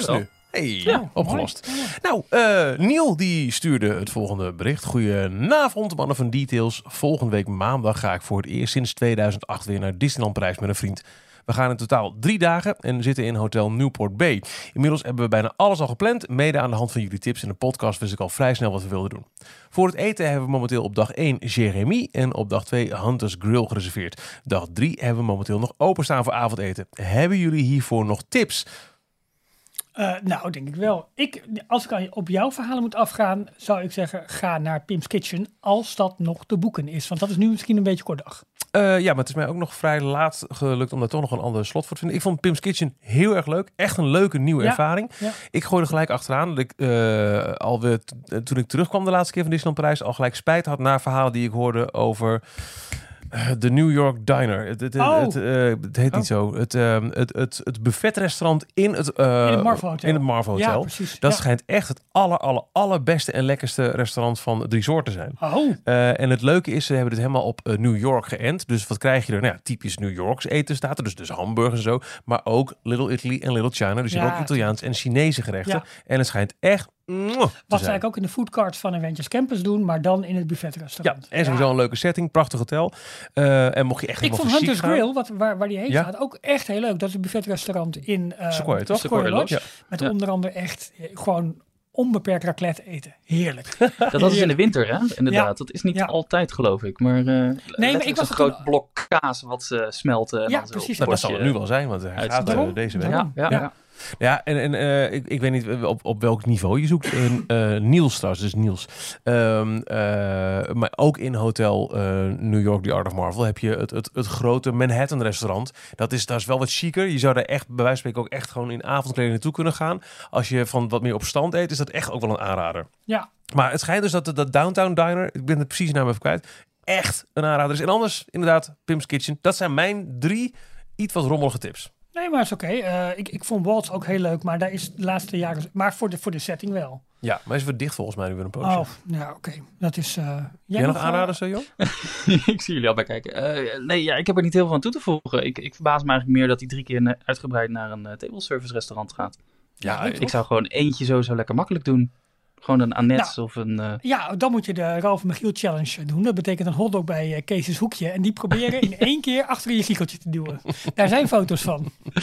[SPEAKER 2] Hey, opgelost. Nou, Neil die stuurde het volgende bericht. Goedenavond, mannen van Details. Volgende week maandag ga ik voor het eerst sinds 2008 weer naar Disneyland Parijs met een vriend. We gaan in totaal 3 dagen en zitten in Hotel Newport Bay. Inmiddels hebben we bijna alles al gepland. Mede aan de hand van jullie tips in de podcast wist ik al vrij snel wat we wilden doen. Voor het eten hebben we momenteel op dag 1 Jérémy en op dag 2 Hunters Grill gereserveerd. Dag 3 hebben we momenteel nog openstaan voor avondeten. Hebben jullie hiervoor nog tips?
[SPEAKER 3] Nou, denk ik wel. Als ik op jouw verhalen moet afgaan, zou ik zeggen, ga naar Pim's Kitchen, als dat nog te boeken is. Want dat is nu misschien een beetje kort dag.
[SPEAKER 2] Ja, maar het is mij ook nog vrij laat gelukt om daar toch nog een ander slot voor te vinden. Ik vond Pim's Kitchen heel erg leuk. Echt een leuke nieuwe ervaring. Ja. Ik gooide gelijk achteraan dat ik toen ik terugkwam de laatste keer van Disneyland Parijs al gelijk spijt had naar verhalen die ik hoorde over de New York Diner. Het heet niet zo. Het buffetrestaurant in het Marvel Hotel.
[SPEAKER 3] Ja, precies.
[SPEAKER 2] Dat schijnt echt het allerbeste en lekkerste restaurant van het resort te zijn. En het leuke is, ze hebben dit helemaal op New York geënt. Dus wat krijg je er? Nou, typisch New Yorks eten staat er. Dus hamburgers en zo. Maar ook Little Italy en Little China. Dus je hebt ook Italiaans en Chinese gerechten. Ja. En het schijnt echt
[SPEAKER 3] wat ze eigenlijk ook in de foodcarts van Avengers Campus doen, maar dan in het buffetrestaurant.
[SPEAKER 2] Ja, en sowieso een leuke setting, prachtig hotel. En mocht je echt
[SPEAKER 3] ik vond Hunters Grill, waar die heen gaat, ook echt heel leuk. Dat is een buffetrestaurant in
[SPEAKER 2] Sequoia, toch?
[SPEAKER 3] Sequoia Lodge. Ja. Met onder andere echt gewoon onbeperkt raclette eten. Heerlijk.
[SPEAKER 4] Dat was dus in de winter, hè? Inderdaad. Ja. Dat is niet altijd, geloof ik. Maar, maar ik was een groot blok kaas wat smelt.
[SPEAKER 2] Ja, precies. Dat zal het nu wel zijn, want hij gaat deze week. Ja, en ik weet niet op welk niveau je zoekt. Niels trouwens, dus Niels. Maar ook in Hotel New York, The Art of Marvel, heb je het grote Manhattan restaurant. Dat is wel wat chiquer. Je zou daar echt, bij wijze van spreken, ook echt gewoon in avondkleding naartoe kunnen gaan. Als je van wat meer op stand eet, is dat echt ook wel een aanrader.
[SPEAKER 3] Ja.
[SPEAKER 2] Maar het schijnt dus dat Downtown Diner, ik ben het precies naam even kwijt, echt een aanrader is. En anders, inderdaad, Pim's Kitchen. Dat zijn mijn 3 iets wat rommelige tips.
[SPEAKER 3] Nee, maar is oké. Ik vond Waltz ook heel leuk, maar daar is de laatste jaren... Maar voor de setting wel.
[SPEAKER 2] Ja, maar is weer dicht volgens mij nu weer een poosje.
[SPEAKER 3] Ja, oké. Dat is...
[SPEAKER 2] jij nog aanraden, zo joh?
[SPEAKER 4] Ik zie jullie al bij kijken. Ik heb er niet heel veel aan toe te voegen. Ik verbaas me eigenlijk meer dat hij 3 keer uitgebreid naar een table service restaurant gaat. Ja, ik zou gewoon eentje zo lekker makkelijk doen. Gewoon een Annette of een...
[SPEAKER 3] Ja, dan moet je de Ralph Michiel Challenge doen. Dat betekent een hotdog bij Kees's Hoekje. En die proberen in 1 keer achter je giegeltje te duwen. Daar zijn foto's van.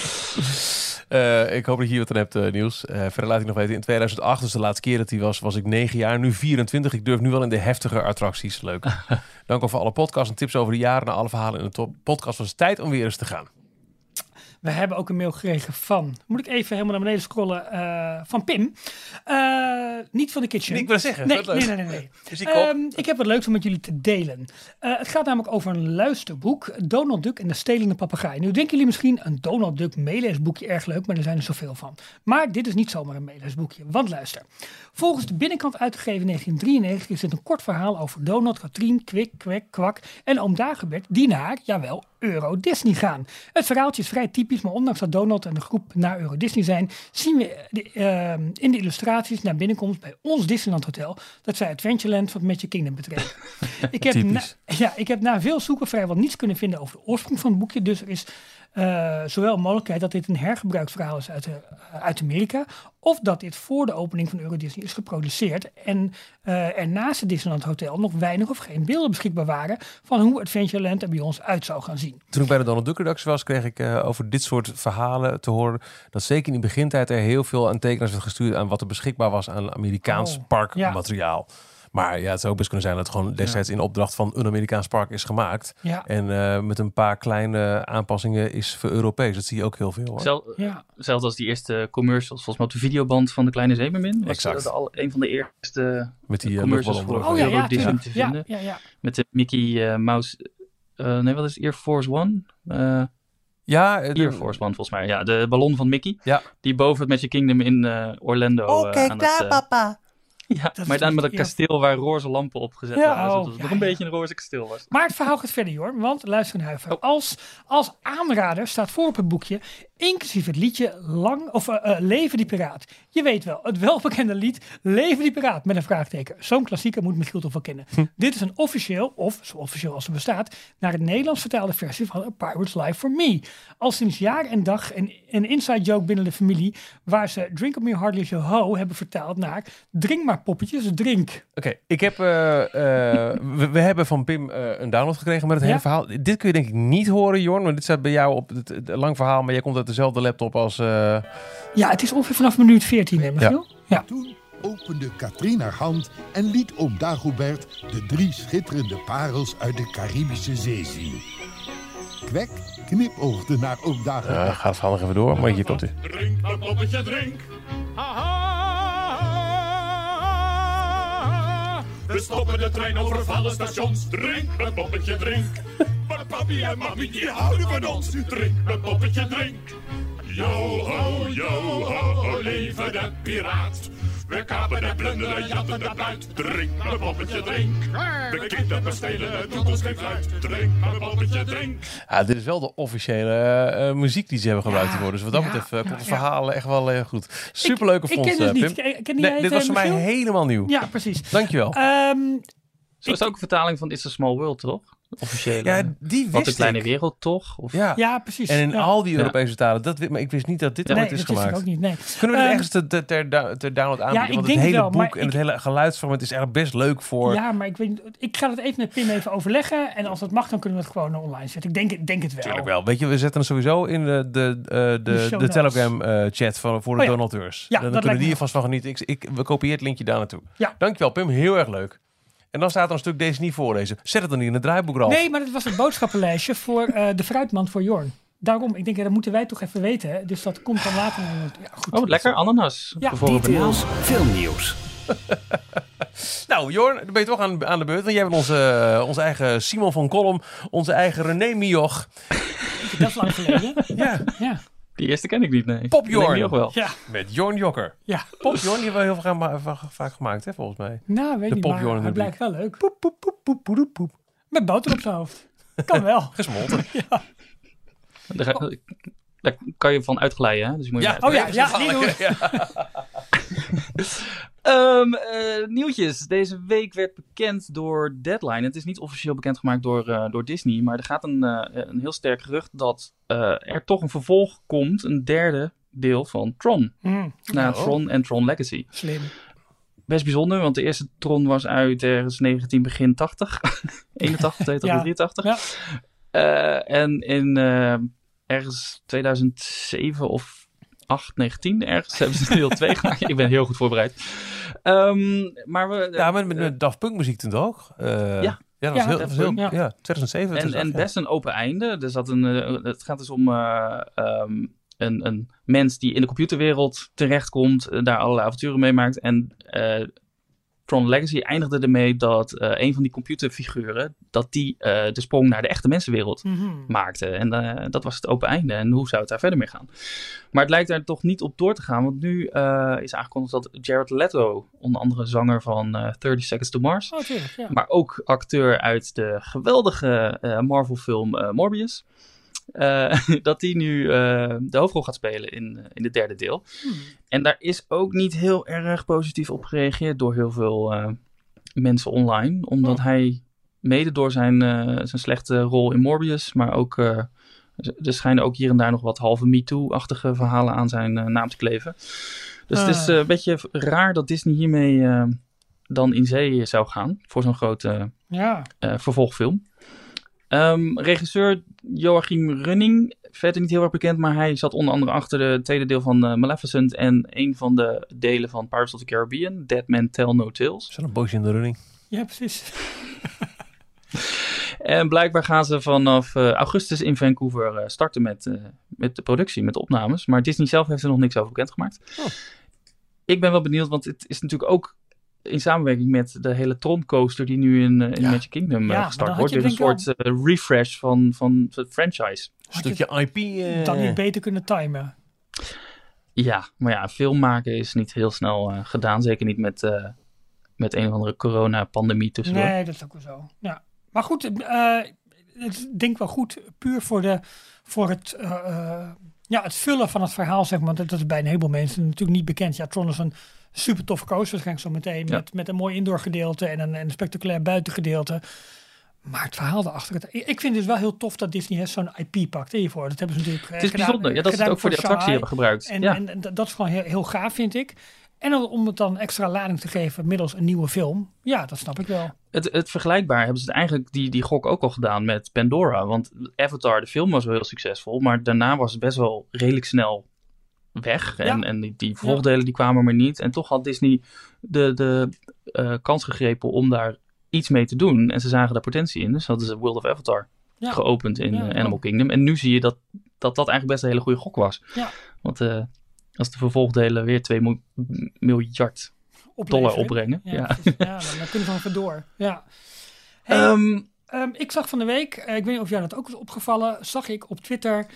[SPEAKER 2] Ik hoop dat je hier wat aan hebt, Niels. Verder laat ik nog weten. In 2008, dus de laatste keer dat hij was ik 9 jaar. Nu 24. Ik durf nu wel in de heftige attracties. Leuk. Dank voor alle podcasts en tips over de jaren. En alle verhalen in de podcast. Was het tijd om weer eens te gaan.
[SPEAKER 3] We hebben ook een mail gekregen van... Moet ik even helemaal naar beneden scrollen? Van Pim. Niet van de Kitchen.
[SPEAKER 2] Ik wil zeggen.
[SPEAKER 3] Nee. Dus ik heb wat leuks om met jullie te delen. Het gaat namelijk over een luisterboek. Donald Duck en de Stelende Papegaai. Nu denken jullie misschien een Donald Duck meeleesboekje erg leuk. Maar er zijn er zoveel van. Maar dit is niet zomaar een meeleesboekje. Want luister. Volgens de binnenkant uitgegeven in 1993 is dit een kort verhaal over Donald, Katrien, Kwik, Kwek, Kwak en oom Dagobert die naar, jawel, Euro Disney gaan. Het verhaaltje is vrij typisch, maar ondanks dat Donald en de groep naar Euro Disney zijn, zien we in de illustraties naar binnenkomst bij ons Disneyland Hotel dat zij Adventureland van Magic Kingdom betreden. Ik heb na veel zoeken vrijwel niets kunnen vinden over de oorsprong van het boekje, dus er is zowel een mogelijkheid dat dit een hergebruiksverhaal is uit Amerika, of dat dit voor de opening van Euro Disney is geproduceerd en er naast het Disneyland Hotel nog weinig of geen beelden beschikbaar waren van hoe Adventureland er bij ons uit zou gaan zien.
[SPEAKER 2] Toen ik bij de Donald Duck redactie was, kreeg ik over dit soort verhalen te horen dat zeker in de begintijd er heel veel aan tekenaars werd gestuurd aan wat er beschikbaar was aan Amerikaans parkmateriaal. Maar ja, het zou ook best kunnen zijn dat het gewoon destijds in opdracht van een Amerikaans park is gemaakt. Ja. En met een paar kleine aanpassingen is voor Europees. Dat zie je ook heel veel. Hoor.
[SPEAKER 4] Zelfs als die eerste commercials, volgens mij op de videoband van de Kleine Zeemermin.
[SPEAKER 2] Exact.
[SPEAKER 4] Een van de eerste
[SPEAKER 2] met die
[SPEAKER 4] commercials voor Euro Disney te vinden. Ja. Met de Mickey Mouse, wat is het? Air Force One? Air Force One volgens mij. Ja, de ballon van Mickey. Ja. Die boven het Magic Kingdom in Orlando.
[SPEAKER 5] Kijk daar, papa.
[SPEAKER 4] Ja,
[SPEAKER 3] Dat
[SPEAKER 4] maar
[SPEAKER 3] is
[SPEAKER 4] dan met een
[SPEAKER 3] echt-
[SPEAKER 4] kasteel waar roze lampen op gezet
[SPEAKER 3] Ja,
[SPEAKER 4] waren. Zodat
[SPEAKER 3] oh,
[SPEAKER 4] het
[SPEAKER 3] ja,
[SPEAKER 4] nog een
[SPEAKER 3] ja.
[SPEAKER 4] beetje een roze kasteel was.
[SPEAKER 3] Maar het verhaal gaat verder, hoor. Want luister naar huiver. Als aanrader staat voor op het boekje, inclusief het liedje Leven die Piraat. Je weet wel, het welbekende lied Leven die Piraat met een vraagteken. Zo'n klassieker moet Michiel toch wel kennen. Dit is een officieel, of zo officieel als het bestaat, naar het Nederlands vertaalde versie van A Pirate's Life for Me. Al sinds jaar en dag een inside joke binnen de familie, waar ze Drink of Me Hardly So Ho hebben vertaald naar Drink maar poppetjes, drink.
[SPEAKER 2] Oké, ik heb... we hebben van Pim een download gekregen met het hele verhaal. Dit kun je denk ik niet horen, Jorn. Want dit staat bij jou op het lang verhaal, maar jij komt uit dezelfde laptop als...
[SPEAKER 3] Ja, het is ongeveer vanaf minuut 14, hè, Michiel? Ja.
[SPEAKER 5] Toen opende Katrien haar hand en liet oom Dagobert de 3 schitterende parels uit de Caribische Zee zien. Kwek knipoogde naar oom Dagobert.
[SPEAKER 2] Gaat het verhaal nog even door, maar hier komt hij.
[SPEAKER 6] Drink, mijn poppetje, drink. We stoppen de trein over vervallen stations. Drink, mijn poppetje, drink. Maar papi en mami, die houden van ons. Drink, mijn poppetje, drink. Yo ho, leven de piraat. We kapen en plunderen, jatten de buit. Drink, mijn poppetje, drink. We kidnappen, stelen, het doet ons geen fluit. Drink, mijn poppetje, drink.
[SPEAKER 2] Ja, dit is wel de officiële muziek die ze hebben gebruikt hiervoor. Dus wat dat betreft komt het verhaal echt wel goed. Superleuke
[SPEAKER 3] Ik
[SPEAKER 2] fonds,
[SPEAKER 3] ken dus
[SPEAKER 2] Pim.
[SPEAKER 3] niet. Ken
[SPEAKER 2] Nee,
[SPEAKER 3] jij
[SPEAKER 2] dit
[SPEAKER 3] het,
[SPEAKER 2] was voor mij
[SPEAKER 3] Michiel?
[SPEAKER 2] helemaal nieuw.
[SPEAKER 3] Ja, precies.
[SPEAKER 2] Dankjewel.
[SPEAKER 4] Zo is het ook een vertaling van It's a Small World, toch? Officieel.
[SPEAKER 2] Ja, die
[SPEAKER 4] Wat
[SPEAKER 2] wist
[SPEAKER 4] een kleine
[SPEAKER 2] ik.
[SPEAKER 4] wereld, toch? Of...
[SPEAKER 3] Ja, precies.
[SPEAKER 2] En in
[SPEAKER 3] Ja.
[SPEAKER 2] al die Europese talen. Maar ik wist niet dat dit
[SPEAKER 3] Nee,
[SPEAKER 2] ooit is
[SPEAKER 3] dat wist ik
[SPEAKER 2] gemaakt.
[SPEAKER 3] ook niet, nee.
[SPEAKER 2] Kunnen we dit
[SPEAKER 3] Ehm,
[SPEAKER 2] ergens ter download aanbieden?
[SPEAKER 3] ik
[SPEAKER 2] Want
[SPEAKER 3] denk
[SPEAKER 2] het hele
[SPEAKER 3] het wel,
[SPEAKER 2] boek
[SPEAKER 3] maar
[SPEAKER 2] en het hele geluidsfragment is eigenlijk best leuk voor...
[SPEAKER 3] Ja, maar ik weet niet. Ik ga het even met Pim even overleggen. En als dat mag, dan kunnen we het gewoon online zetten. Ik denk het wel.
[SPEAKER 2] Tuurlijk wel. Weet je, we zetten het sowieso in de
[SPEAKER 3] notes.
[SPEAKER 2] Telegram-chat voor de
[SPEAKER 3] ja.
[SPEAKER 2] donateurs.
[SPEAKER 3] Ja,
[SPEAKER 2] Dan
[SPEAKER 3] dat
[SPEAKER 2] kunnen
[SPEAKER 3] lijkt
[SPEAKER 2] die
[SPEAKER 3] me
[SPEAKER 2] er vast van genieten. We kopieer het linkje daar naartoe.
[SPEAKER 3] Ja.
[SPEAKER 2] Dankjewel, Pim. Heel erg leuk. En dan staat er een stuk deze niet voorlezen. Zet het dan niet in het draaiboek, Ralf.
[SPEAKER 3] Nee, maar dat was het boodschappenlijstje voor de fruitmand voor Jorn. Daarom, ik denk, dat moeten wij toch even weten. Hè? Dus dat komt dan later. Ja, goed.
[SPEAKER 4] Oh, lekker. Ananas.
[SPEAKER 3] Ja,
[SPEAKER 4] Bijvoorbeeld.
[SPEAKER 1] Details, filmnieuws.
[SPEAKER 2] Nou, Jorn, dan ben je toch aan de beurt. Want jij bent onze eigen Simon van Kolm. Onze eigen René Mioch.
[SPEAKER 3] Dat is lang geleden.
[SPEAKER 2] Ja,
[SPEAKER 3] Ja.
[SPEAKER 4] Die eerste ken ik niet, nee.
[SPEAKER 2] Pop Jorn.
[SPEAKER 4] Nee, die ook wel.
[SPEAKER 3] Ja.
[SPEAKER 2] met Jorn Jokker.
[SPEAKER 3] Ja.
[SPEAKER 2] Pop Jorn, die hebben we heel vaak gemaakt, hè, volgens mij.
[SPEAKER 3] Nou, weet
[SPEAKER 2] De
[SPEAKER 3] niet,
[SPEAKER 2] Pop
[SPEAKER 3] maar
[SPEAKER 2] Jorn
[SPEAKER 3] hij
[SPEAKER 2] rubriek.
[SPEAKER 3] blijkt wel leuk.
[SPEAKER 2] Poep, poep, poep, poep, poep, poep.
[SPEAKER 3] Met boter op zijn hoofd. Kan wel.
[SPEAKER 2] Gesmolten.
[SPEAKER 4] Daar kan je van uitglijden, hè? Dus je moet je
[SPEAKER 3] Oh ja, niet doen.
[SPEAKER 4] Nieuwtjes. Deze week werd bekend door Deadline. Het is niet officieel bekendgemaakt door Disney. Maar er gaat een heel sterk gerucht dat er toch een vervolg komt. Een derde deel van Tron. Na Tron en Tron Legacy.
[SPEAKER 3] Slim.
[SPEAKER 4] Best bijzonder, want de eerste Tron was uit ergens begin 80. 81, 83.
[SPEAKER 3] Ja.
[SPEAKER 4] En in ergens 2007 of 8, 19 ergens hebben ze deel 2 gemaakt. Ik ben heel goed voorbereid. Maar we...
[SPEAKER 2] Ja, met Daft Punk muziek toen toch?
[SPEAKER 4] Ja.
[SPEAKER 2] Ja, dat was
[SPEAKER 3] Daft
[SPEAKER 2] heel,
[SPEAKER 3] Punk, ja.
[SPEAKER 2] 2007.
[SPEAKER 4] En
[SPEAKER 2] 2008,
[SPEAKER 4] best een open einde. Er zat het gaat dus om een mens die in de computerwereld terechtkomt, daar allerlei avonturen meemaakt. En Tron Legacy eindigde ermee dat een van die computerfiguren, dat die de sprong naar de echte mensenwereld maakte. En dat was het open einde. En hoe zou het daar verder mee gaan? Maar het lijkt daar toch niet op door te gaan, want nu is aangekondigd dat Jared Leto, onder andere zanger van 30 Seconds to Mars,
[SPEAKER 3] Oh, tuurlijk, ja.
[SPEAKER 4] maar ook acteur uit de geweldige Marvel-film Morbius, dat die nu de hoofdrol gaat spelen in het derde deel. En daar is ook niet heel erg positief op gereageerd door heel veel mensen online. Omdat hij mede door zijn slechte rol in Morbius, maar ook er schijnen ook hier en daar nog wat halve MeToo-achtige verhalen aan zijn naam te kleven. Dus het is een beetje raar dat Disney hiermee dan in zee zou gaan voor zo'n grote vervolgfilm. Regisseur Joachim Running, verder niet heel erg bekend, maar hij zat onder andere achter de tweede deel van Maleficent en een van de delen van Pirates of the Caribbean, Dead Man Tell No Tales.
[SPEAKER 2] Is dat een boosje in de running?
[SPEAKER 3] Ja, precies.
[SPEAKER 4] En blijkbaar gaan ze vanaf augustus in Vancouver starten met de productie, met de opnames. Maar Disney zelf heeft er nog niks over bekendgemaakt. Oh. Ik ben wel benieuwd, want het is natuurlijk ook in samenwerking met de hele Tron coaster die nu in Magic Kingdom gestart wordt. Weer een soort refresh van het franchise.
[SPEAKER 2] Een stukje IP.
[SPEAKER 3] Dan niet beter kunnen timen.
[SPEAKER 4] Ja, maar ja, film maken is niet heel snel gedaan. Zeker niet met met een of andere corona-pandemie tussendoor.
[SPEAKER 3] Nee, dat is ook wel zo. Ja. Maar goed, het denk ik wel goed, puur voor het vullen van het verhaal, zeg maar. Dat is bij een heleboel mensen natuurlijk niet bekend. Ja, Tron is een super toffe coaster, waarschijnlijk zo meteen, met een mooi indoor gedeelte en een spectaculair buitengedeelte. Maar het verhaal daarachter, ik vind het dus wel heel tof dat Disney zo'n IP pakt hiervoor. Dat hebben ze natuurlijk
[SPEAKER 4] Het is bijzonder, dat ze het ook voor de attractie hebben gebruikt.
[SPEAKER 3] En dat is gewoon heel gaaf, vind ik. En om het dan extra lading te geven middels een nieuwe film. Ja, dat snap ik wel.
[SPEAKER 4] Het vergelijkbaar hebben ze eigenlijk die gok ook al gedaan met Pandora. Want Avatar, de film, was wel heel succesvol. Maar daarna was het best wel redelijk snel weg. En die vervolgdelen die kwamen maar niet. En toch had Disney de kans gegrepen om daar iets mee te doen. En ze zagen daar potentie in. Dus hadden ze World of Avatar geopend in Animal Kingdom. En nu zie je dat eigenlijk best een hele goede gok was. Ja. Want als de vervolgdelen weer $2 miljard opbrengen.
[SPEAKER 3] Dan kunnen we even door. Ja. Hey, ik zag van de week, ik weet niet of jou dat ook is opgevallen, zag ik op Twitter,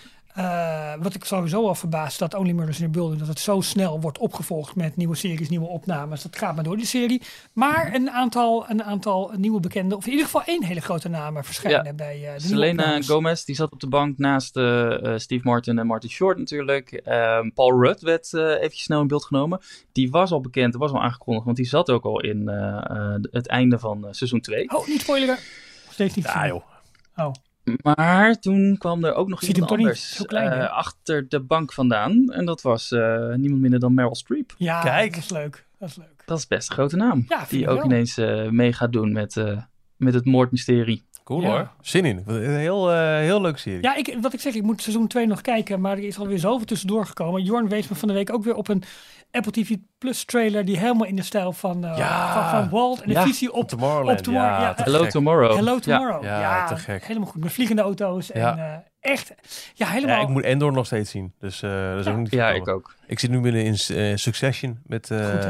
[SPEAKER 3] wat ik sowieso al verbaasd, dat Only Murders in the Building, dat het zo snel wordt opgevolgd met nieuwe series, nieuwe opnames. Dat gaat maar door die serie. Maar een aantal nieuwe bekenden, of in ieder geval 1 hele grote namen verschijnen bij de
[SPEAKER 4] Selena Gomez, die zat op de bank naast Steve Martin en Martin Short natuurlijk. Paul Rudd werd eventjes snel in beeld genomen. Die was al bekend, was al aangekondigd, want die zat ook al in het einde van seizoen 2.
[SPEAKER 3] Oh, niet spoileren. Steeds niet.
[SPEAKER 2] Ja, joh.
[SPEAKER 3] Oh.
[SPEAKER 4] Maar toen kwam er ook nog iemand anders achter de bank vandaan. En dat was niemand minder dan Meryl Streep.
[SPEAKER 3] Ja,
[SPEAKER 2] kijk.
[SPEAKER 3] Dat is leuk.
[SPEAKER 4] Dat is best een grote naam.
[SPEAKER 3] Ja,
[SPEAKER 4] die ook ineens mee gaat doen met het moordmysterie.
[SPEAKER 2] Cool hoor. Zin in. Een heel leuk serie.
[SPEAKER 3] Ja, wat ik zeg, ik moet seizoen 2 nog kijken. Maar er is alweer zoveel tussendoor gekomen. Jorn wees me van de week ook weer op een Apple TV Plus trailer die helemaal in de stijl van Walt en de visie op Tomorrowland.
[SPEAKER 4] Hello Tomorrow.
[SPEAKER 3] Hello Tomorrow.
[SPEAKER 2] Ja, te gek.
[SPEAKER 3] Helemaal goed. Met vliegende auto's en echt. Ja, helemaal.
[SPEAKER 2] Ja, ik moet Endor nog steeds zien. Dus dat is ook niet
[SPEAKER 4] ja, ik ook.
[SPEAKER 2] Ik zit nu binnen in Succession met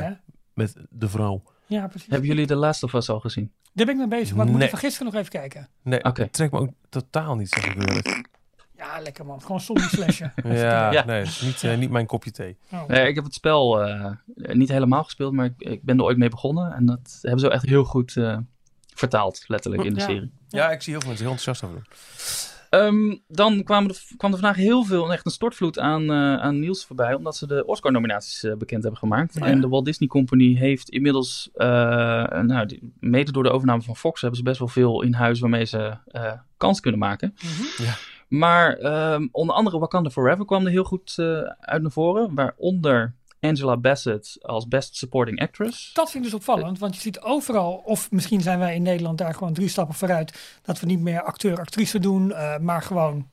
[SPEAKER 2] de vrouw.
[SPEAKER 3] Ja, precies.
[SPEAKER 4] Hebben jullie The Last of Us al gezien?
[SPEAKER 3] Daar ben ik mee bezig, maar ik moet van gisteren nog even kijken.
[SPEAKER 2] Nee, het trekt me ook totaal niet, zeg ik eerlijk.
[SPEAKER 3] Ja, lekker man. Gewoon zombie slashen.
[SPEAKER 2] Nee, niet mijn kopje thee.
[SPEAKER 4] Oh. Nee, ik heb het spel niet helemaal gespeeld, maar ik ben er ooit mee begonnen. En dat hebben ze echt heel goed vertaald, letterlijk, in de serie.
[SPEAKER 2] Ja, ik zie heel veel mensen heel enthousiast over doen.
[SPEAKER 4] Dan kwam er vandaag heel veel, echt een stortvloed aan nieuws voorbij, omdat ze de Oscar-nominaties bekend hebben gemaakt. Oh, ja. En de Walt Disney Company heeft inmiddels, mede door de overname van Fox, hebben ze best wel veel in huis waarmee ze kans kunnen maken. Mm-hmm. Ja. Maar onder andere Wakanda Forever kwam er heel goed uit naar voren, waaronder Angela Bassett als Best Supporting Actress.
[SPEAKER 3] Dat vind ik dus opvallend, want je ziet overal, of misschien zijn wij in Nederland daar gewoon 3 stappen vooruit, dat we niet meer acteur-actrice doen, maar gewoon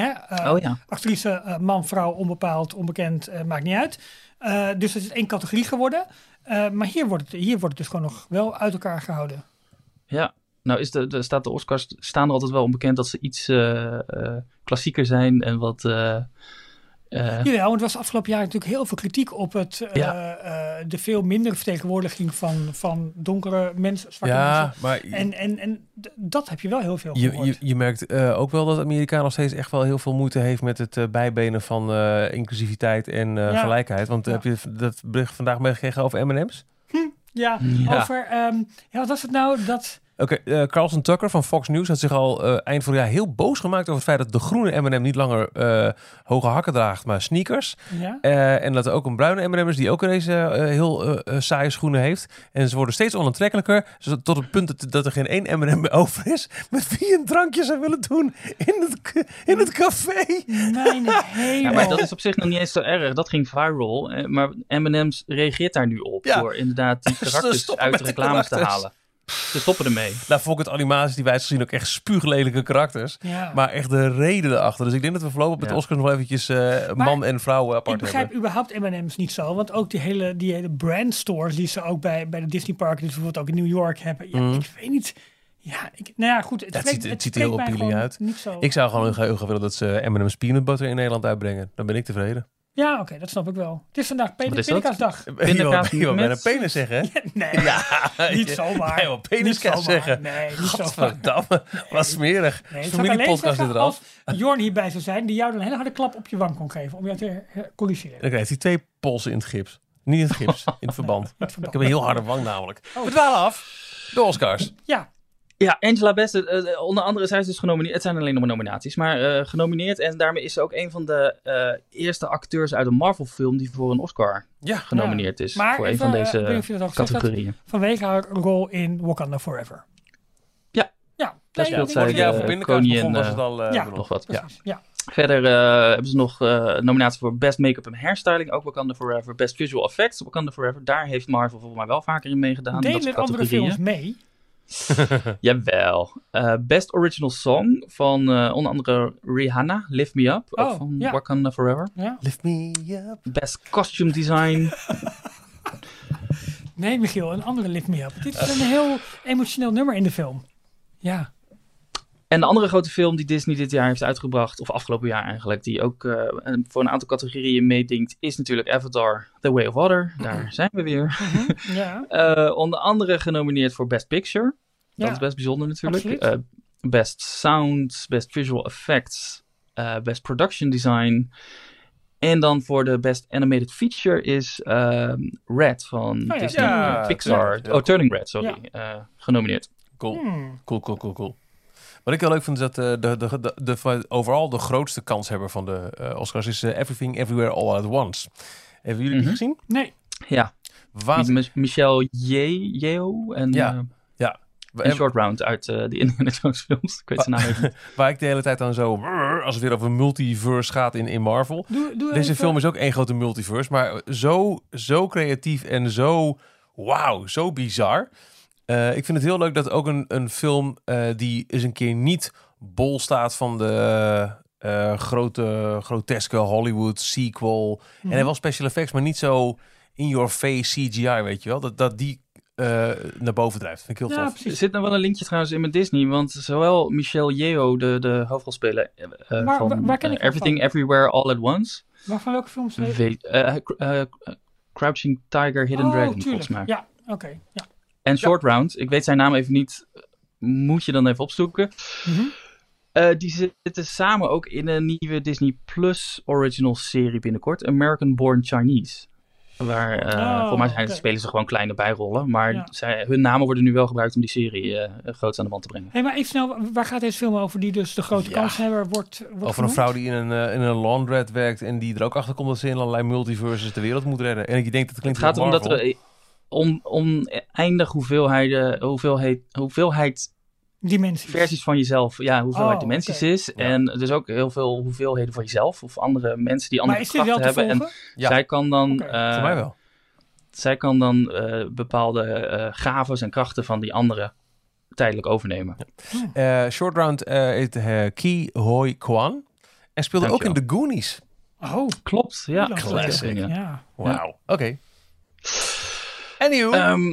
[SPEAKER 3] actrice, man, vrouw, onbepaald, onbekend, maakt niet uit. Dus het is 1 categorie geworden. Maar hier wordt het dus gewoon nog wel uit elkaar gehouden.
[SPEAKER 4] Ja. Nou, de Oscars staan er altijd wel onbekend dat ze iets klassieker zijn en wat...
[SPEAKER 3] Jawel, want er was afgelopen jaar natuurlijk heel veel kritiek op de veel mindere vertegenwoordiging van donkere mensen, zwarte mensen. Maar en dat heb je wel heel veel gehoord.
[SPEAKER 2] Je merkt ook wel dat Amerika nog steeds echt wel heel veel moeite heeft met het bijbenen van inclusiviteit en gelijkheid. Want heb je dat bericht vandaag meegekregen over M&M's?
[SPEAKER 3] Over... wat was het nou?
[SPEAKER 2] Oké, Carlson Tucker van Fox News had zich al eind vorig jaar heel boos gemaakt over het feit dat de groene M&M niet langer hoge hakken draagt, maar sneakers. Ja? En dat er ook een bruine M&M is die ook deze heel saaie schoenen heeft. En ze worden steeds onaantrekkelijker, tot het punt dat er geen 1 M&M meer over is met wie een drankje zou willen doen in het café.
[SPEAKER 3] Ja,
[SPEAKER 4] maar dat is op zich nog niet eens zo erg. Dat ging viral. Maar M&M's reageert daar nu op door inderdaad die karakters uit de reclames te halen. Ze stoppen ermee.
[SPEAKER 2] Nou, vond ik het animaties die wij gezien ook echt spuuglelijke karakters. Ja. Maar echt de reden erachter. Dus ik denk dat we voorlopig met Oscars nog eventjes man en vrouw apart hebben.
[SPEAKER 3] Ik begrijp überhaupt M&M's niet zo. Want ook die hele brandstores die ze ook bij de Disney parken, dus bijvoorbeeld ook in New York hebben. Ja, ik weet niet. Ja, goed.
[SPEAKER 2] Het ziet er heel appealing uit. Ik zou gewoon heel graag willen dat ze M&M's peanut butter in Nederland uitbrengen. Dan ben ik tevreden.
[SPEAKER 3] Ja, oké, dat snap ik wel. Het is vandaag Pindakaasdag.
[SPEAKER 2] Pindakaas met een penis zeggen?
[SPEAKER 3] Nee, niet zomaar.
[SPEAKER 2] Nee, wel peniskaas zeggen.
[SPEAKER 3] Nee, niet zomaar.
[SPEAKER 2] Verdamme, wat smerig.
[SPEAKER 3] Nee, familiepodcast er als Jorn hierbij zou zijn, die jou dan een hele harde klap op je wang kon geven om jou te corrigeren.
[SPEAKER 2] Dan krijgt hij 2 polsen in het gips. Niet in het gips, in het verband. Ik heb een heel harde wang namelijk. We dwalen af. De Oscars.
[SPEAKER 3] Ja.
[SPEAKER 4] Ja, Angela Bassett, onder andere, zij is dus genomineerd. Het zijn alleen nog maar nominaties, maar genomineerd. En daarmee is ze ook een van de eerste acteurs uit een Marvel-film die voor een Oscar genomineerd is.
[SPEAKER 3] Maar
[SPEAKER 4] voor
[SPEAKER 3] even,
[SPEAKER 4] een van deze categorieën.
[SPEAKER 3] Vanwege haar rol in Wakanda Forever.
[SPEAKER 4] Ja, daar speelt zij
[SPEAKER 2] de
[SPEAKER 4] koningin.
[SPEAKER 2] was het al
[SPEAKER 4] nog wat.
[SPEAKER 3] Precies, ja.
[SPEAKER 4] Verder hebben ze nog nominatie voor Best Make-up en Hairstyling, ook Wakanda Forever. Best Visual Effects, Wakanda Forever. Daar heeft Marvel volgens mij wel vaker in meegedaan.
[SPEAKER 3] Delen met andere films mee?
[SPEAKER 4] Jawel. Best Original Song van onder andere Rihanna, Lift Me Up, ook van Wakanda Forever.
[SPEAKER 3] Ja.
[SPEAKER 2] Lift me up.
[SPEAKER 4] Best Costume Design.
[SPEAKER 3] Nee, Michiel, een andere Lift Me Up. Dit is een heel emotioneel nummer in de film. Ja.
[SPEAKER 4] En de andere grote film die Disney dit jaar heeft uitgebracht, of afgelopen jaar eigenlijk, die ook voor een aantal categorieën meedingt, is natuurlijk Avatar, The Way of Water. Daar zijn we weer.
[SPEAKER 3] Ja.
[SPEAKER 4] Onder andere genomineerd voor Best Picture. Dat is best bijzonder natuurlijk. Best Sound, Best Visual Effects, Best Production Design. En dan voor de Best Animated Feature is Red van Disney Pixar. Turning Red, sorry. Genomineerd.
[SPEAKER 2] Cool. Wat ik heel leuk vind is dat de overal de grootste kanshebber van de Oscars is Everything Everywhere All at Once. Hebben jullie die gezien?
[SPEAKER 3] Nee.
[SPEAKER 4] Ja. Michelle Yeoh en Short Round uit de Indiana Jones films. Ik weet zijn naam even.
[SPEAKER 2] Waar ik de hele tijd dan zo, als het weer over multiverse gaat in Marvel. Deze film is ook één grote multiverse, maar zo creatief en zo bizar. Ik vind het heel leuk dat ook een film die eens een keer niet bol staat van de groteske Hollywood sequel. En hij wel special effects, maar niet zo in your face CGI, weet je wel. Dat die naar boven drijft. Vind ik heel tof.
[SPEAKER 4] Er zit nog wel een linkje trouwens in met Disney, want zowel Michelle Yeoh, de hoofdrolspeler van
[SPEAKER 3] waar ken ik
[SPEAKER 4] Everything Everywhere All at Once.
[SPEAKER 3] Maar van welke films?
[SPEAKER 4] Crouching Tiger, Hidden Dragon, volgens mij.
[SPEAKER 3] Ja, oké. Ja.
[SPEAKER 4] En Short Round, ik weet zijn naam even niet, moet je dan even opzoeken. Die zitten samen ook in een nieuwe Disney Plus original serie binnenkort, American Born Chinese. Waar, voor mij spelen ze gewoon kleine bijrollen, maar hun namen worden nu wel gebruikt om die serie groot aan de wand te brengen.
[SPEAKER 3] Hey, maar even snel, waar gaat deze film over die dus de grote kanshebber wordt
[SPEAKER 2] over
[SPEAKER 3] genoemd?
[SPEAKER 2] Een vrouw die in een laundrette werkt en die er ook achter komt dat ze in allerlei multiverses de wereld moet redden. En ik denk dat het klinkt
[SPEAKER 4] het gaat om dat er oneindig hoeveelheid
[SPEAKER 3] dimensies.
[SPEAKER 4] Versies van jezelf, hoeveelheid dimensies is. Ja. En dus ook heel veel hoeveelheden van jezelf of andere mensen die andere krachten hebben. En zij kan dan,
[SPEAKER 2] voor mij wel.
[SPEAKER 4] Zij kan dan bepaalde gaves en krachten van die andere tijdelijk overnemen.
[SPEAKER 2] Short Round heet Ke Huy Quan en speelde ook in The Goonies.
[SPEAKER 3] Oh,
[SPEAKER 4] klopt. Ja,
[SPEAKER 2] classic.
[SPEAKER 3] Ja.
[SPEAKER 2] Wauw. Oké. Anywho.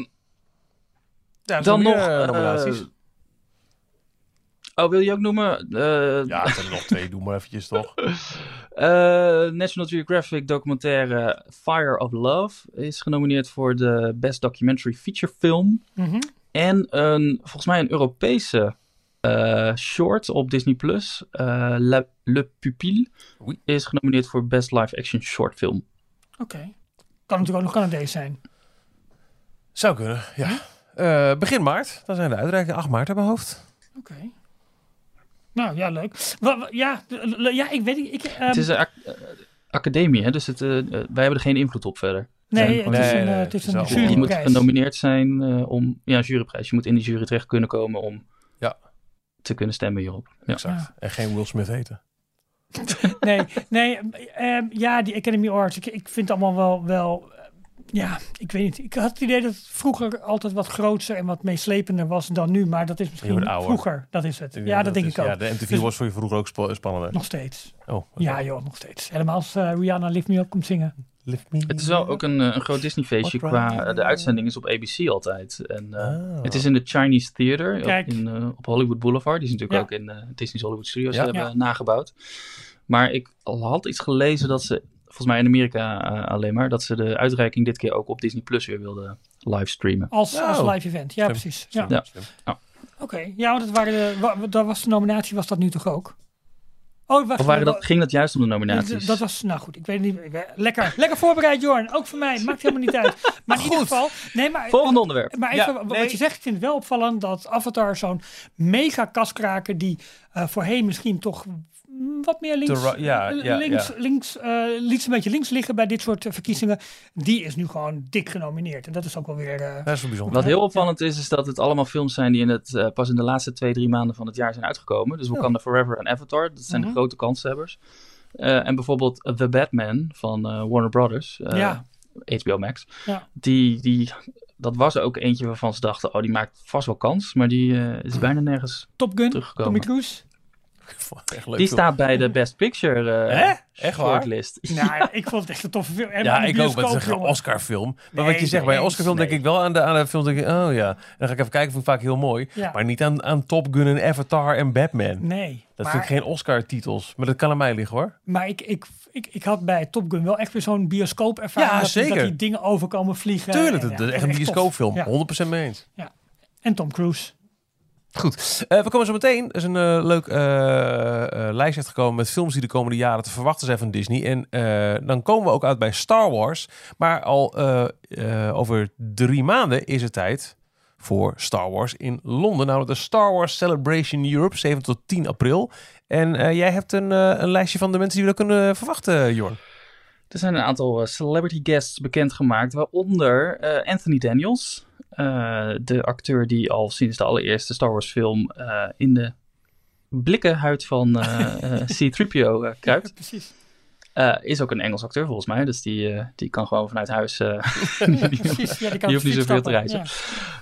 [SPEAKER 4] Dan nog
[SPEAKER 2] nominaties.
[SPEAKER 4] Wil je ook noemen?
[SPEAKER 2] Ja, er zijn nog 2. Doe maar eventjes toch.
[SPEAKER 4] National Geographic documentaire Fire of Love is genomineerd voor de Best Documentary Feature Film. En volgens mij een Europese short op Disney Plus, Le Pupille, is genomineerd voor Best Live Action Short Film.
[SPEAKER 3] Oké. Kan natuurlijk ook nog Canadees zijn.
[SPEAKER 2] Zou kunnen, ja. Begin maart, dan zijn de uitreikingen. 8 maart in mijn hoofd.
[SPEAKER 3] Oké. Nou, ja, leuk. Ik weet niet.
[SPEAKER 4] Het is een academie, hè? Dus wij hebben er geen invloed op verder.
[SPEAKER 3] Nee, het is een juryprijs.
[SPEAKER 4] Je moet genomineerd zijn om... Ja, een juryprijs. Je moet in die jury terecht kunnen komen om te kunnen stemmen hierop. Ja.
[SPEAKER 2] Exact. Ja. En geen Will Smith heten.
[SPEAKER 3] Die Academy Awards. Ik vind het allemaal wel ik weet niet. Ik had het idee dat het vroeger altijd wat groter en wat meeslepender was dan nu. Maar dat is misschien vroeger. Dat is het. Ja, dat denk ik ook.
[SPEAKER 2] Ja, de MTV was voor je vroeger ook spannender.
[SPEAKER 3] Nog steeds.
[SPEAKER 2] Oh,
[SPEAKER 3] ja, joh, nog steeds. Helemaal als Rihanna Lift Me Up komt zingen.
[SPEAKER 4] Het is wel ook een groot Disney feestje qua de uitzending is op ABC altijd. En het is in de Chinese Theater op Hollywood Boulevard. Die is natuurlijk ook in Disney's Hollywood Studios hebben nagebouwd. Maar ik had iets gelezen dat ze, volgens mij in Amerika alleen maar, dat ze de uitreiking dit keer ook op Disney Plus weer wilden livestreamen.
[SPEAKER 3] Als live event, ja precies. Ja. Oké, want dat was de nominatie, was dat nu toch ook? Oh, wacht.
[SPEAKER 4] Of ging dat juist om de nominaties?
[SPEAKER 3] Dat was, nou goed, ik weet het niet. Lekker voorbereid, Jorn. Ook voor mij. Maakt helemaal niet uit. Maar in ieder geval... Nee, maar,
[SPEAKER 4] volgende onderwerp.
[SPEAKER 3] Maar even wat je zegt, ik vind het wel opvallend dat Avatar zo'n mega kaskraker die voorheen misschien toch wat meer links liet ze een beetje links liggen bij dit soort verkiezingen. Die is nu gewoon dik genomineerd. En dat is ook wel weer...
[SPEAKER 2] dat is wel bijzonder.
[SPEAKER 4] Wat heel opvallend is dat het allemaal films zijn die pas in de laatste 2-3 maanden van het jaar zijn uitgekomen. Dus Wakanda Forever en Avatar, dat zijn de grote kanshebbers. En bijvoorbeeld The Batman van Warner Brothers, HBO Max. Ja. Dat was ook eentje waarvan ze dachten, die maakt vast wel kans. Maar die is bijna nergens
[SPEAKER 3] Top Gun,
[SPEAKER 4] teruggekomen.
[SPEAKER 3] Tommy Cruise.
[SPEAKER 4] Die staat bij de Best Picture shortlist.
[SPEAKER 3] Nou, ik vond het echt een toffe film.
[SPEAKER 2] Ja, ik ook. Het is een Oscar-film. Maar wat je zegt, bij een Oscar-film denk ik wel aan de film. Denk ik, oh ja. Dan ga ik even kijken, vind ik vaak heel mooi. Ja. Maar niet aan Top Gun en Avatar en Batman.
[SPEAKER 3] Nee.
[SPEAKER 2] Dat vind ik geen Oscar-titels. Maar dat kan aan mij liggen, hoor.
[SPEAKER 3] Maar ik had bij Top Gun wel echt weer zo'n bioscoop-ervaring.
[SPEAKER 2] Ja, zeker.
[SPEAKER 3] Dat die dingen overkomen vliegen.
[SPEAKER 2] Tuurlijk, dat is echt een bioscoopfilm. Ja. 100% mee eens.
[SPEAKER 3] Ja. En Tom Cruise.
[SPEAKER 2] Goed, we komen zo meteen. Er is een leuk lijst uitgekomen met films die de komende jaren te verwachten zijn van Disney. En dan komen we ook uit bij Star Wars. Maar al over 3 maanden is het tijd voor Star Wars in Londen. Namelijk de Star Wars Celebration Europe, 7 tot 10 april. En jij hebt een lijstje van de mensen die we kunnen verwachten, Jorn.
[SPEAKER 4] Er zijn een aantal celebrity guests bekendgemaakt, waaronder Anthony Daniels. De acteur die al sinds de allereerste Star Wars film in de blikkenhuid van C-3PO kruipt.
[SPEAKER 3] Ja, precies.
[SPEAKER 4] Is ook een Engels acteur volgens mij, dus die kan gewoon vanuit huis.
[SPEAKER 3] Precies, die
[SPEAKER 4] hoeft niet zoveel te reizen. Ja.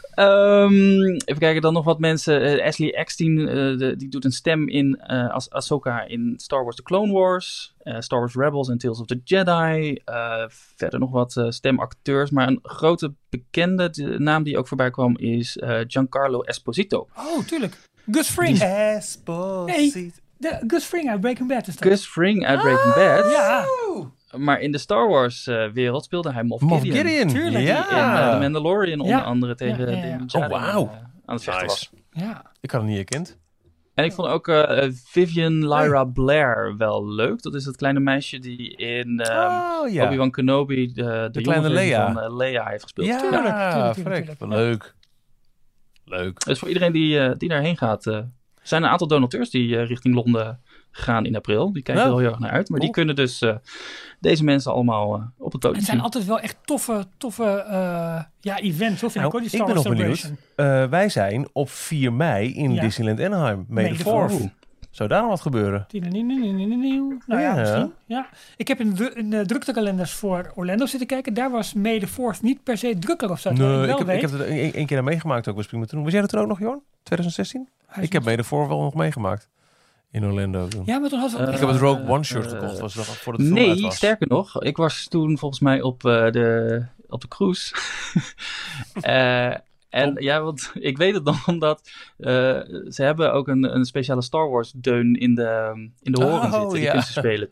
[SPEAKER 4] Even kijken, dan nog wat mensen. Ashley Eckstein, die doet een stem in als Ahsoka in Star Wars The Clone Wars. Star Wars Rebels en Tales of the Jedi. Verder nog wat stemacteurs. Maar een grote bekende naam die ook voorbij kwam is Giancarlo Esposito.
[SPEAKER 3] Oh, tuurlijk. Gus Fring.
[SPEAKER 2] Esposito.
[SPEAKER 3] Gus Fring uit Breaking Bad is dat.
[SPEAKER 4] Gus Fring uit Breaking Bad.
[SPEAKER 3] Ja.
[SPEAKER 4] Maar in de Star Wars wereld speelde hij Moff Gideon.
[SPEAKER 3] Tuurlijk.
[SPEAKER 4] Ja. In The Mandalorian onder andere tegen de Jedi aan het vechten was.
[SPEAKER 3] Ja.
[SPEAKER 2] Ik had hem niet herkend.
[SPEAKER 4] En ik vond ook Vivian Lyra Blair wel leuk. Dat is het kleine meisje die in Obi-Wan Kenobi de
[SPEAKER 2] kleine Leia
[SPEAKER 4] van Leia heeft gespeeld.
[SPEAKER 3] Ja, tuurlijk.
[SPEAKER 2] Leuk.
[SPEAKER 4] Dus voor iedereen die daarheen gaat, zijn een aantal donateurs die richting Londen gaan in april. Die kijken er wel heel erg naar uit. Maar die kunnen dus deze mensen allemaal op het podium zien.
[SPEAKER 3] Het zijn altijd wel echt toffe events. Of
[SPEAKER 2] ik ben nog benieuwd. Wij zijn op 4 mei in Disneyland Anaheim. May the 4th. Zou daar nog wat gebeuren?
[SPEAKER 3] Nou ja, misschien. Ja. Ik heb in de druktekalenders voor Orlando zitten kijken. Daar was May the 4th niet per se drukker of zo.
[SPEAKER 2] Nee, ik heb er 1 keer aan meegemaakt ook. Was jij er toen ook nog, Jorn? 2016? Ik heb May the 4th wel nog meegemaakt. In Orlando toen.
[SPEAKER 3] Ja, maar toen had
[SPEAKER 2] ik heb het Rogue One shirt gekocht. Was nog voor het film uit was.
[SPEAKER 4] Nee, sterker nog. Ik was toen volgens mij op de cruise. En ja, want ik weet het nog omdat ze hebben ook een speciale Star Wars deun in de horen zitten. Die kunnen ze spelen.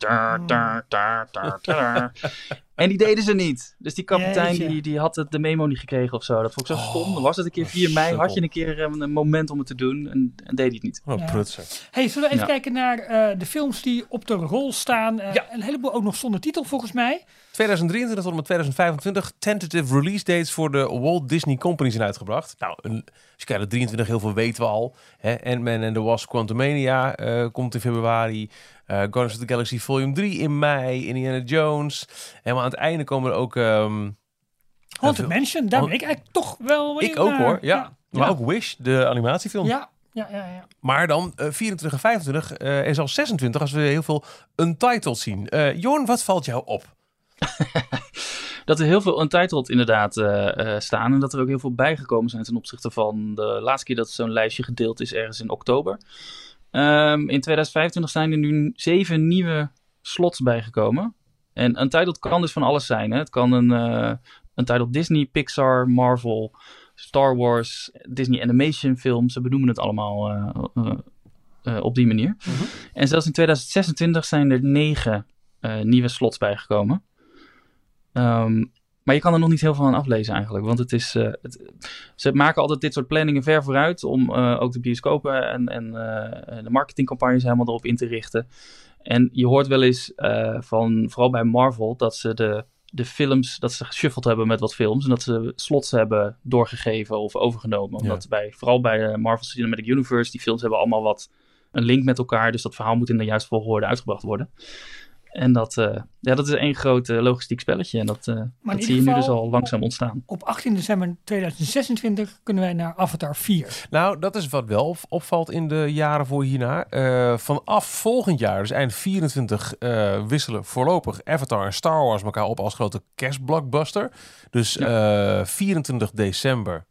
[SPEAKER 4] En die deden ze niet. Dus die kapitein die had de memo niet gekregen of zo. Dat vond ik zo stom. Dan was het een keer 4 mei. Had je een keer een moment om het te doen. En deed hij het niet.
[SPEAKER 2] Prutser.
[SPEAKER 3] Hey, zullen we even kijken naar de films die op de rol staan? Een heleboel ook nog zonder titel volgens mij.
[SPEAKER 2] 2023 tot en met 2025 tentative release dates voor de Walt Disney Company zijn uitgebracht. Nou, als je kijkt naar 23, heel veel weten we al. Ant-Man and the Wasp Quantumania komt in februari. Guardians of the Galaxy Volume 3 in mei. Indiana Jones. Helemaal aan het einde komen er ook...
[SPEAKER 3] Haunted Mansion, daar ben ik eigenlijk toch wel...
[SPEAKER 2] Ik ook hoor, ja. Maar ook Wish, de animatiefilm.
[SPEAKER 3] Ja.
[SPEAKER 2] Maar dan 24 en 25 en zelfs 26 als we heel veel Untitled zien. Jorn, wat valt jou op?
[SPEAKER 4] Dat er heel veel Untitled inderdaad staan. En dat er ook heel veel bijgekomen zijn ten opzichte van de laatste keer dat zo'n lijstje gedeeld is ergens in oktober. In 2025 zijn er nu 7 nieuwe slots bijgekomen. En Untitled kan dus van alles zijn. Hè? Het kan een Untitled Disney, Pixar, Marvel, Star Wars, Disney Animation film. Ze benoemen het allemaal op die manier. Mm-hmm. En zelfs in 2026 zijn er 9 nieuwe slots bijgekomen. Maar je kan er nog niet heel veel aan aflezen eigenlijk. Want het is, ze maken altijd dit soort planningen ver vooruit. Om ook de bioscopen en de marketingcampagnes helemaal erop in te richten. En je hoort wel eens vooral bij Marvel, dat ze de films, dat ze geshuffeld hebben met wat films. En dat ze slots hebben doorgegeven of overgenomen. Omdat vooral bij de Marvel Cinematic Universe, die films hebben allemaal een link met elkaar. Dus dat verhaal moet in de juiste volgorde uitgebracht worden. En dat is één groot logistiek spelletje. En dat zie je nu dus al langzaam ontstaan.
[SPEAKER 3] Op 18 december 2026 kunnen wij naar Avatar 4.
[SPEAKER 2] Nou, dat is wat wel opvalt in de jaren voor hierna. Vanaf volgend jaar, dus eind 24, wisselen voorlopig Avatar en Star Wars elkaar op als grote kerstblockbuster. Dus 20 december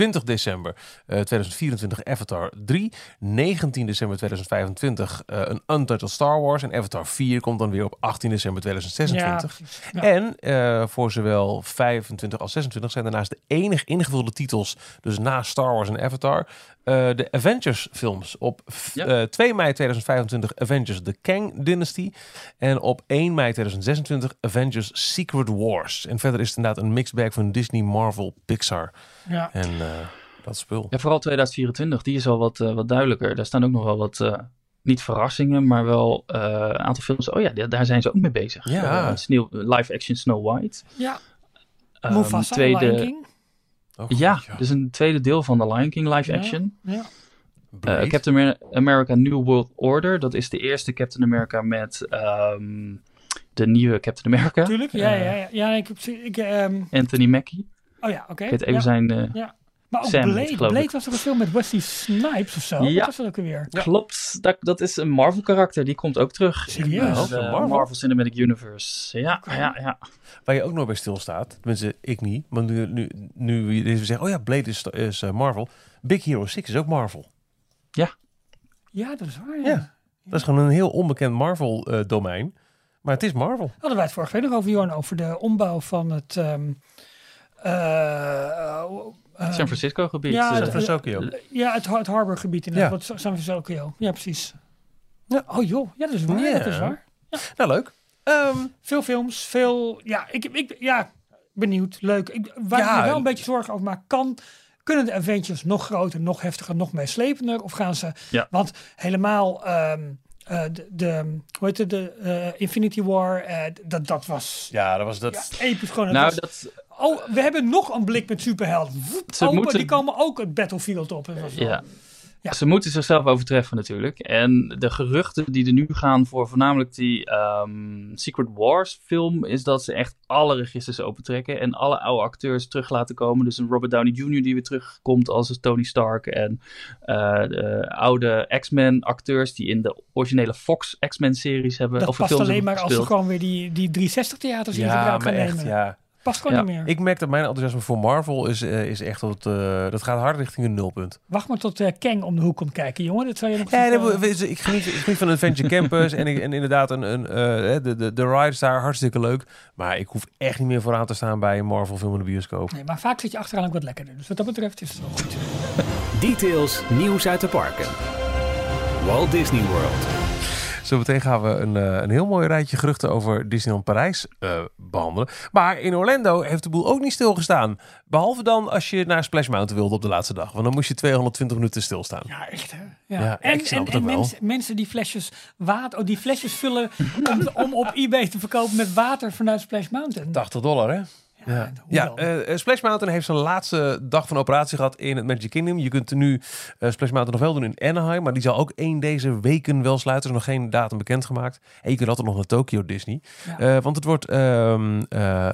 [SPEAKER 2] 2024 Avatar 3. 19 december 2025 een Untitled Star Wars. En Avatar 4 komt dan weer op 18 december 2026.
[SPEAKER 3] Ja.
[SPEAKER 2] En voor zowel 25 als 26 zijn daarnaast de enige ingevulde titels, dus na Star Wars en Avatar, de Avengers films. Op 2 mei 2025 Avengers The Kang Dynasty. En op 1 mei 2026 Avengers Secret Wars. En verder is het inderdaad een mixed bag van Disney, Marvel, Pixar. Ja. En dat spul.
[SPEAKER 4] Ja, vooral 2024, die is al wat duidelijker. Daar staan ook nog wel wat... niet verrassingen, maar wel een aantal films. Oh ja, daar zijn ze ook mee bezig.
[SPEAKER 2] Ja.
[SPEAKER 4] Live-action Snow White.
[SPEAKER 3] Ja. Mufasa, Lion King.
[SPEAKER 4] Dus een tweede deel van de Lion King live-action.
[SPEAKER 3] Ja.
[SPEAKER 4] Captain America New World Order. Dat is de eerste Captain America met de nieuwe Captain America.
[SPEAKER 3] Tuurlijk, ja.
[SPEAKER 4] Anthony Mackie.
[SPEAKER 3] Oh ja, oké.
[SPEAKER 4] Ik weet even zijn...
[SPEAKER 3] Maar ook
[SPEAKER 4] Sam,
[SPEAKER 3] Blade was toch een film met Wesley Snipes of zo?
[SPEAKER 4] Ja.
[SPEAKER 3] Wat was dat ook alweer?
[SPEAKER 4] Ja. Klopt, dat is een Marvel karakter. Die komt ook terug.
[SPEAKER 3] Serieus?
[SPEAKER 4] In de Marvel Cinematic Universe. Ja.
[SPEAKER 2] Waar je ook nog bij stilstaat, tenminste ik niet, maar nu we zeggen, oh ja, Blade is Marvel. Big Hero 6 is ook Marvel.
[SPEAKER 3] Ja, dat is waar.
[SPEAKER 2] Ja. Dat is gewoon een heel onbekend Marvel domein. Maar het is Marvel.
[SPEAKER 3] Hadden wij het vorige week nog over, Jorn, over de ombouw van het...
[SPEAKER 4] San Francisco gebied.
[SPEAKER 3] Ja, het Harborgebied inderdaad. San Francisco. Ja, precies. Ja. Oh joh, ja, dat is waar.
[SPEAKER 2] Ja.
[SPEAKER 3] Dat is waar. Ja.
[SPEAKER 2] Nou, leuk.
[SPEAKER 3] Veel films, veel... Ja, ik benieuwd, leuk. Waar ik me wel een beetje zorgen over maak, kunnen de Avengers nog groter, nog heftiger, nog meeslepender? Of gaan ze...
[SPEAKER 4] Ja.
[SPEAKER 3] Want helemaal... hoe heet het? De Infinity War. Dat was...
[SPEAKER 2] Ja, dat was dat...
[SPEAKER 3] Ja, episch gewoon. Oh, we hebben nog een blik met superhelden. Die komen ook het Battlefield op.
[SPEAKER 4] Ja. Ze moeten zichzelf overtreffen natuurlijk. En de geruchten die er nu gaan voor voornamelijk die Secret Wars film, is dat ze echt alle registers opentrekken en alle oude acteurs terug laten komen. Dus een Robert Downey Jr. die weer terugkomt als Tony Stark en de oude X-Men acteurs die in de originele Fox X-Men series hebben.
[SPEAKER 3] Dat past alleen maar als ze gewoon weer die 360 theaters in gebruik gaan nemen.
[SPEAKER 2] Ja.
[SPEAKER 3] Past gewoon niet meer.
[SPEAKER 2] Ik merk dat mijn enthousiasme voor Marvel is echt dat gaat hard richting een nulpunt.
[SPEAKER 3] Wacht maar tot Kang om de hoek komt kijken, jongen. Dat zou je nog
[SPEAKER 2] ik geniet van Adventure Campus en inderdaad de rides daar hartstikke leuk. Maar ik hoef echt niet meer vooraan te staan bij een Marvel film in de bioscoop.
[SPEAKER 3] Nee, maar vaak zit je achteraan ook wat lekkerder. Dus wat dat betreft is het wel goed.
[SPEAKER 1] Details, nieuws uit de parken. Walt Disney World.
[SPEAKER 2] Zometeen gaan we een heel mooi rijtje geruchten over Disneyland Parijs behandelen. Maar in Orlando heeft de boel ook niet stilgestaan. Behalve dan als je naar Splash Mountain wilde op de laatste dag. Want dan moest je 220 minuten stilstaan.
[SPEAKER 3] Ja, echt hè?
[SPEAKER 2] Ja,
[SPEAKER 3] en mensen die flesjes water, die flesjes vullen om op eBay te verkopen met water vanuit Splash Mountain.
[SPEAKER 2] $80 hè? Splash Mountain heeft zijn laatste dag van operatie gehad in het Magic Kingdom. Je kunt nu Splash Mountain nog wel doen in Anaheim, maar die zal ook deze weken wel sluiten. Er is nog geen datum bekendgemaakt. En je kunt altijd nog naar Tokyo Disney. Ja. Want het wordt een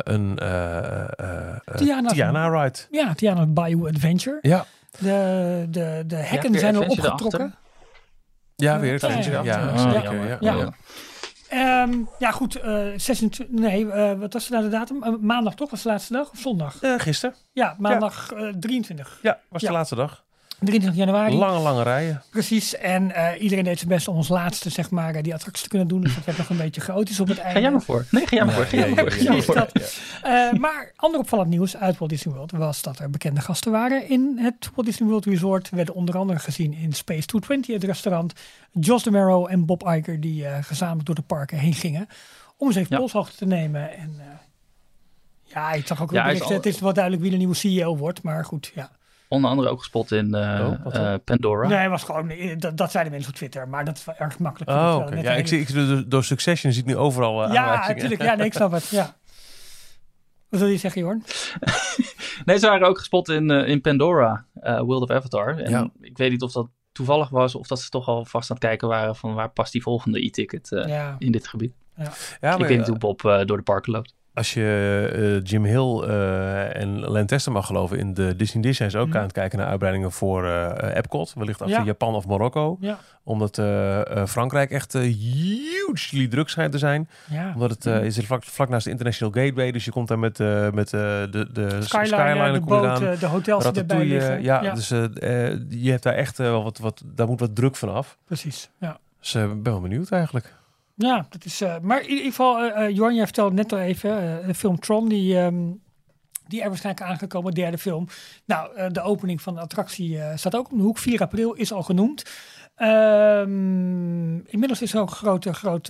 [SPEAKER 2] Tiana Ride.
[SPEAKER 3] Ja, Tiana Bayou Adventure.
[SPEAKER 2] Ja.
[SPEAKER 3] De hekken zijn er opgetrokken.
[SPEAKER 2] Ja, weer Adventure.
[SPEAKER 3] Goed. 26. Wat was nou de datum? Maandag toch? Was de laatste dag? Of zondag?
[SPEAKER 2] Gisteren.
[SPEAKER 3] Ja, maandag 23.
[SPEAKER 2] Ja, was de laatste dag.
[SPEAKER 3] 23 januari.
[SPEAKER 2] Lange rijen.
[SPEAKER 3] Precies. En iedereen deed zijn best om ons laatste, zeg maar, die attractie te kunnen doen. Dus dat werd nog een beetje chaotisch op het einde.
[SPEAKER 4] Ga jij maar voor. Nee, ga jij maar voor.
[SPEAKER 3] Maar ander opvallend nieuws uit Walt Disney World was dat er bekende gasten waren in het Walt Disney World Resort. Werden onder andere gezien in Space 220, het restaurant. Josh DeMero en Bob Iger die gezamenlijk door de parken heen gingen. Om eens even polshoogte te nemen. En Ja, ik zag ook wel berichten. Het is wel duidelijk wie de nieuwe CEO wordt, maar goed, ja.
[SPEAKER 4] Onder andere ook gespot in Pandora.
[SPEAKER 3] Nee, was gewoon, dat zeiden mensen op Twitter, maar dat is wel erg makkelijk.
[SPEAKER 2] Okay. Ja, ik zie door Succession ziet nu overal
[SPEAKER 3] ja, natuurlijk. Ja, nee, ik snap het. Ja. Wat wil je zeggen, Jorn?
[SPEAKER 4] Nee, ze waren ook gespot in Pandora, World of Avatar. En ik weet niet of dat toevallig was of dat ze toch al vast aan het kijken waren van waar past die volgende e-ticket in dit gebied. Ja. Ja, maar ik weet niet hoe Bob door de parken loopt.
[SPEAKER 2] Als je Jim Hill en Len Tester mag geloven, in de Disney zijn ze ook aan het kijken naar uitbreidingen voor Epcot. Wellicht achter Japan of Marokko. Ja. Omdat Frankrijk echt hugely druk schijnt te zijn. Ja. Omdat het is vlak naast de International Gateway. Dus je komt daar met de Skyline
[SPEAKER 3] de boot, de hotels die erbij liggen.
[SPEAKER 2] Dus je hebt daar echt daar moet wat druk vanaf.
[SPEAKER 3] Precies, ja.
[SPEAKER 2] Dus ik ben wel benieuwd eigenlijk.
[SPEAKER 3] Ja, dat is. Maar in ieder geval, Jorn, jij vertelde net al even, de film Tron, die er waarschijnlijk aangekomen, derde film. Nou, de opening van de attractie staat ook om de hoek. 4 april is al genoemd. Inmiddels is er ook een grote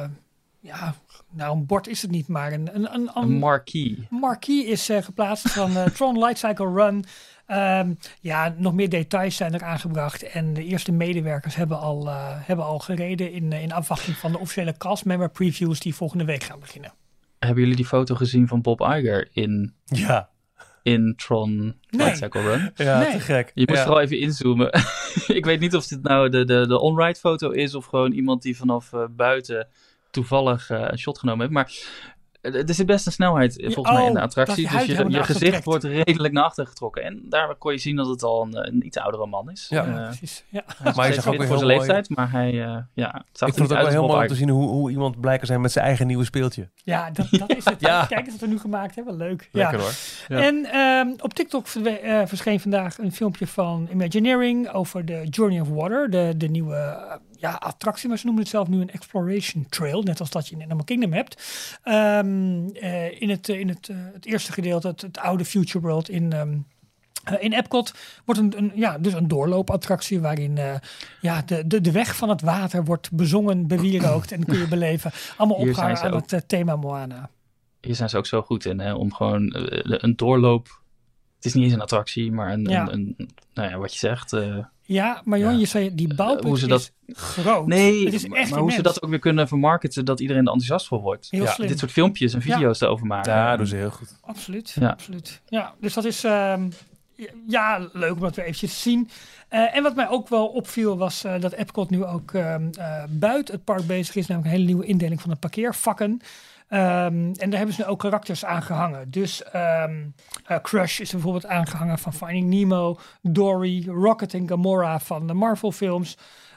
[SPEAKER 3] een bord is het niet, maar een
[SPEAKER 4] marquee.
[SPEAKER 3] Marquee is geplaatst van Tron Light Cycle Run. Nog meer details zijn er aangebracht. En de eerste medewerkers hebben al gereden in afwachting van de officiële castmember previews die volgende week gaan beginnen.
[SPEAKER 4] Hebben jullie die foto gezien van Bob Iger in Tron Light Cycle Run?
[SPEAKER 2] Ja, te gek.
[SPEAKER 4] Je moet vooral even inzoomen. Ik weet niet of dit nou de on-ride foto is of gewoon iemand die vanaf buiten toevallig een shot genomen heeft. Maar er zit best een snelheid volgens mij in de attractie. Dus je gezicht wordt redelijk naar achter getrokken. En daar kon je zien dat het al een iets oudere man is.
[SPEAKER 3] Ja, precies. Ja.
[SPEAKER 4] Maar hij zag ook weer voor zijn leeftijd. Maar hij
[SPEAKER 2] ik vond het ook wel heel mooi om te zien hoe iemand blijkbaar zijn met zijn eigen nieuwe speeltje.
[SPEAKER 3] Ja, dat is het. Kijk eens wat we nu gemaakt hebben. Leuk.
[SPEAKER 2] Lekker hoor.
[SPEAKER 3] Ja. En op TikTok verscheen vandaag een filmpje van Imagineering over de Journey of Water. De nieuwe attractie, maar ze noemen het zelf nu een Exploration Trail. Net als dat je in Animal Kingdom hebt. In het eerste gedeelte, het oude Future World in Epcot, wordt dus een doorloopattractie waarin de weg van het water wordt bezongen, bewierookd en kun je beleven. Allemaal opgehangen aan het thema Moana.
[SPEAKER 4] Hier zijn ze ook zo goed in, hè, om gewoon een doorloop. Het is niet eens een attractie, maar wat je zegt.
[SPEAKER 3] Maar Jon, je zei die bouwput is groot.
[SPEAKER 4] Nee,
[SPEAKER 3] het is echt
[SPEAKER 4] maar hoe ze dat ook weer kunnen vermarkten, dat iedereen er enthousiast voor wordt.
[SPEAKER 3] Heel slim.
[SPEAKER 4] Dit soort filmpjes en video's erover maken.
[SPEAKER 2] Ja, dat doen ze heel goed.
[SPEAKER 3] Absoluut. Ja, dus dat is leuk om dat weer eventjes te zien. En wat mij ook wel opviel was dat Epcot nu ook buiten het park bezig is. Namelijk een hele nieuwe indeling van de parkeervakken. En daar hebben ze nu ook karakters aan gehangen. Dus Crush is bijvoorbeeld aangehangen van Finding Nemo, Dory, Rocket en Gamora van de Marvel films.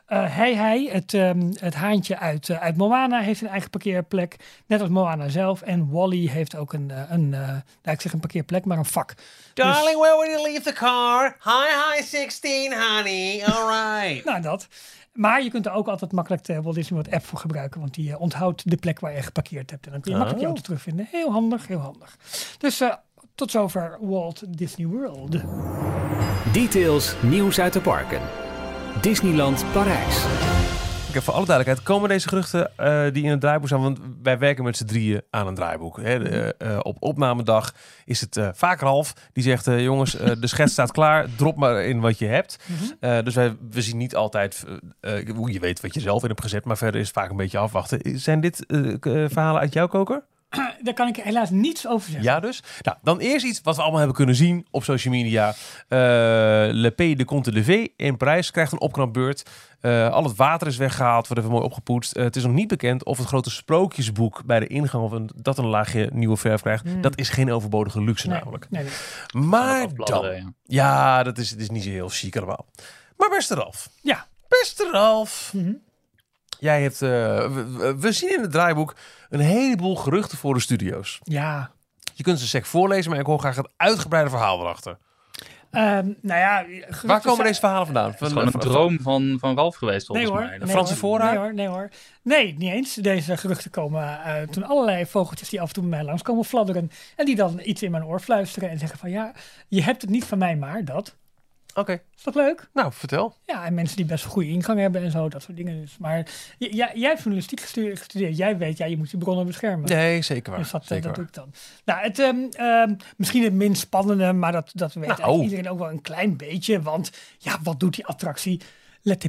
[SPEAKER 3] Het haantje uit Moana heeft een eigen parkeerplek, net als Moana zelf. En Wall-E heeft ook een parkeerplek, maar een vak.
[SPEAKER 2] Darling, where will you leave the car? Hi 16, honey. All right.
[SPEAKER 3] Nou, dat. Maar je kunt er ook altijd makkelijk de Walt Disney World app voor gebruiken. Want die onthoudt de plek waar je geparkeerd hebt. En dan kun je makkelijk je auto terugvinden. Heel handig, heel handig. Dus tot zover Walt Disney World.
[SPEAKER 1] Details, nieuws uit de parken. Disneyland Parijs.
[SPEAKER 2] Ik heb voor alle duidelijkheid, komen deze geruchten die in het draaiboek staan? Want wij werken met z'n drieën aan een draaiboek. Op opnamedag is het vaak Ralf. Die zegt, jongens, de schets staat klaar. Drop maar in wat je hebt. Dus we zien niet altijd hoe je weet wat je zelf in hebt gezet. Maar verder is het vaak een beetje afwachten. Zijn dit verhalen uit jouw koker?
[SPEAKER 3] Daar kan ik helaas niets over zeggen.
[SPEAKER 2] Ja, dus. Nou, dan eerst iets wat we allemaal hebben kunnen zien op social media. Le Pays de Conte de V in Parijs krijgt een opknapbeurt. Al het water is weggehaald, wordt even mooi opgepoetst. Het is nog niet bekend of het grote sprookjesboek bij de ingang dat een laagje nieuwe verf krijgt. Dat is geen overbodige luxe namelijk. Nee. Maar dan... Ja, het is niet zo heel chic allemaal. Maar beste Ralf.
[SPEAKER 3] Ja.
[SPEAKER 2] Beste Ralf. Jij hebt... we zien in het draaiboek een heleboel geruchten voor de studio's.
[SPEAKER 3] Ja.
[SPEAKER 2] Je kunt ze sec voorlezen, maar ik hoor graag het uitgebreide verhaal erachter. Waar komen deze verhalen vandaan?
[SPEAKER 4] Het is gewoon een droom van Ralf geweest, volgens mij.
[SPEAKER 2] De Franse voorraad?
[SPEAKER 3] Nee hoor. Nee, niet eens. Deze geruchten komen toen allerlei vogeltjes die af en toe bij mij langs komen fladderen. En die dan iets in mijn oor fluisteren en zeggen van je hebt het niet van mij, maar dat...
[SPEAKER 2] Oké.
[SPEAKER 3] Is dat leuk?
[SPEAKER 2] Nou, vertel.
[SPEAKER 3] Ja, en mensen die best een goede ingang hebben en zo, dat soort dingen. Dus, maar jij hebt journalistiek gestudeerd. Jij weet, je moet je bronnen beschermen.
[SPEAKER 2] Nee, zeker waar.
[SPEAKER 3] Dus dat
[SPEAKER 2] zeker
[SPEAKER 3] doe
[SPEAKER 2] waar.
[SPEAKER 3] ik dan. Nou, misschien het minst spannende, maar dat weet eigenlijk iedereen ook wel een klein beetje. Want ja, wat doet die attractie? Let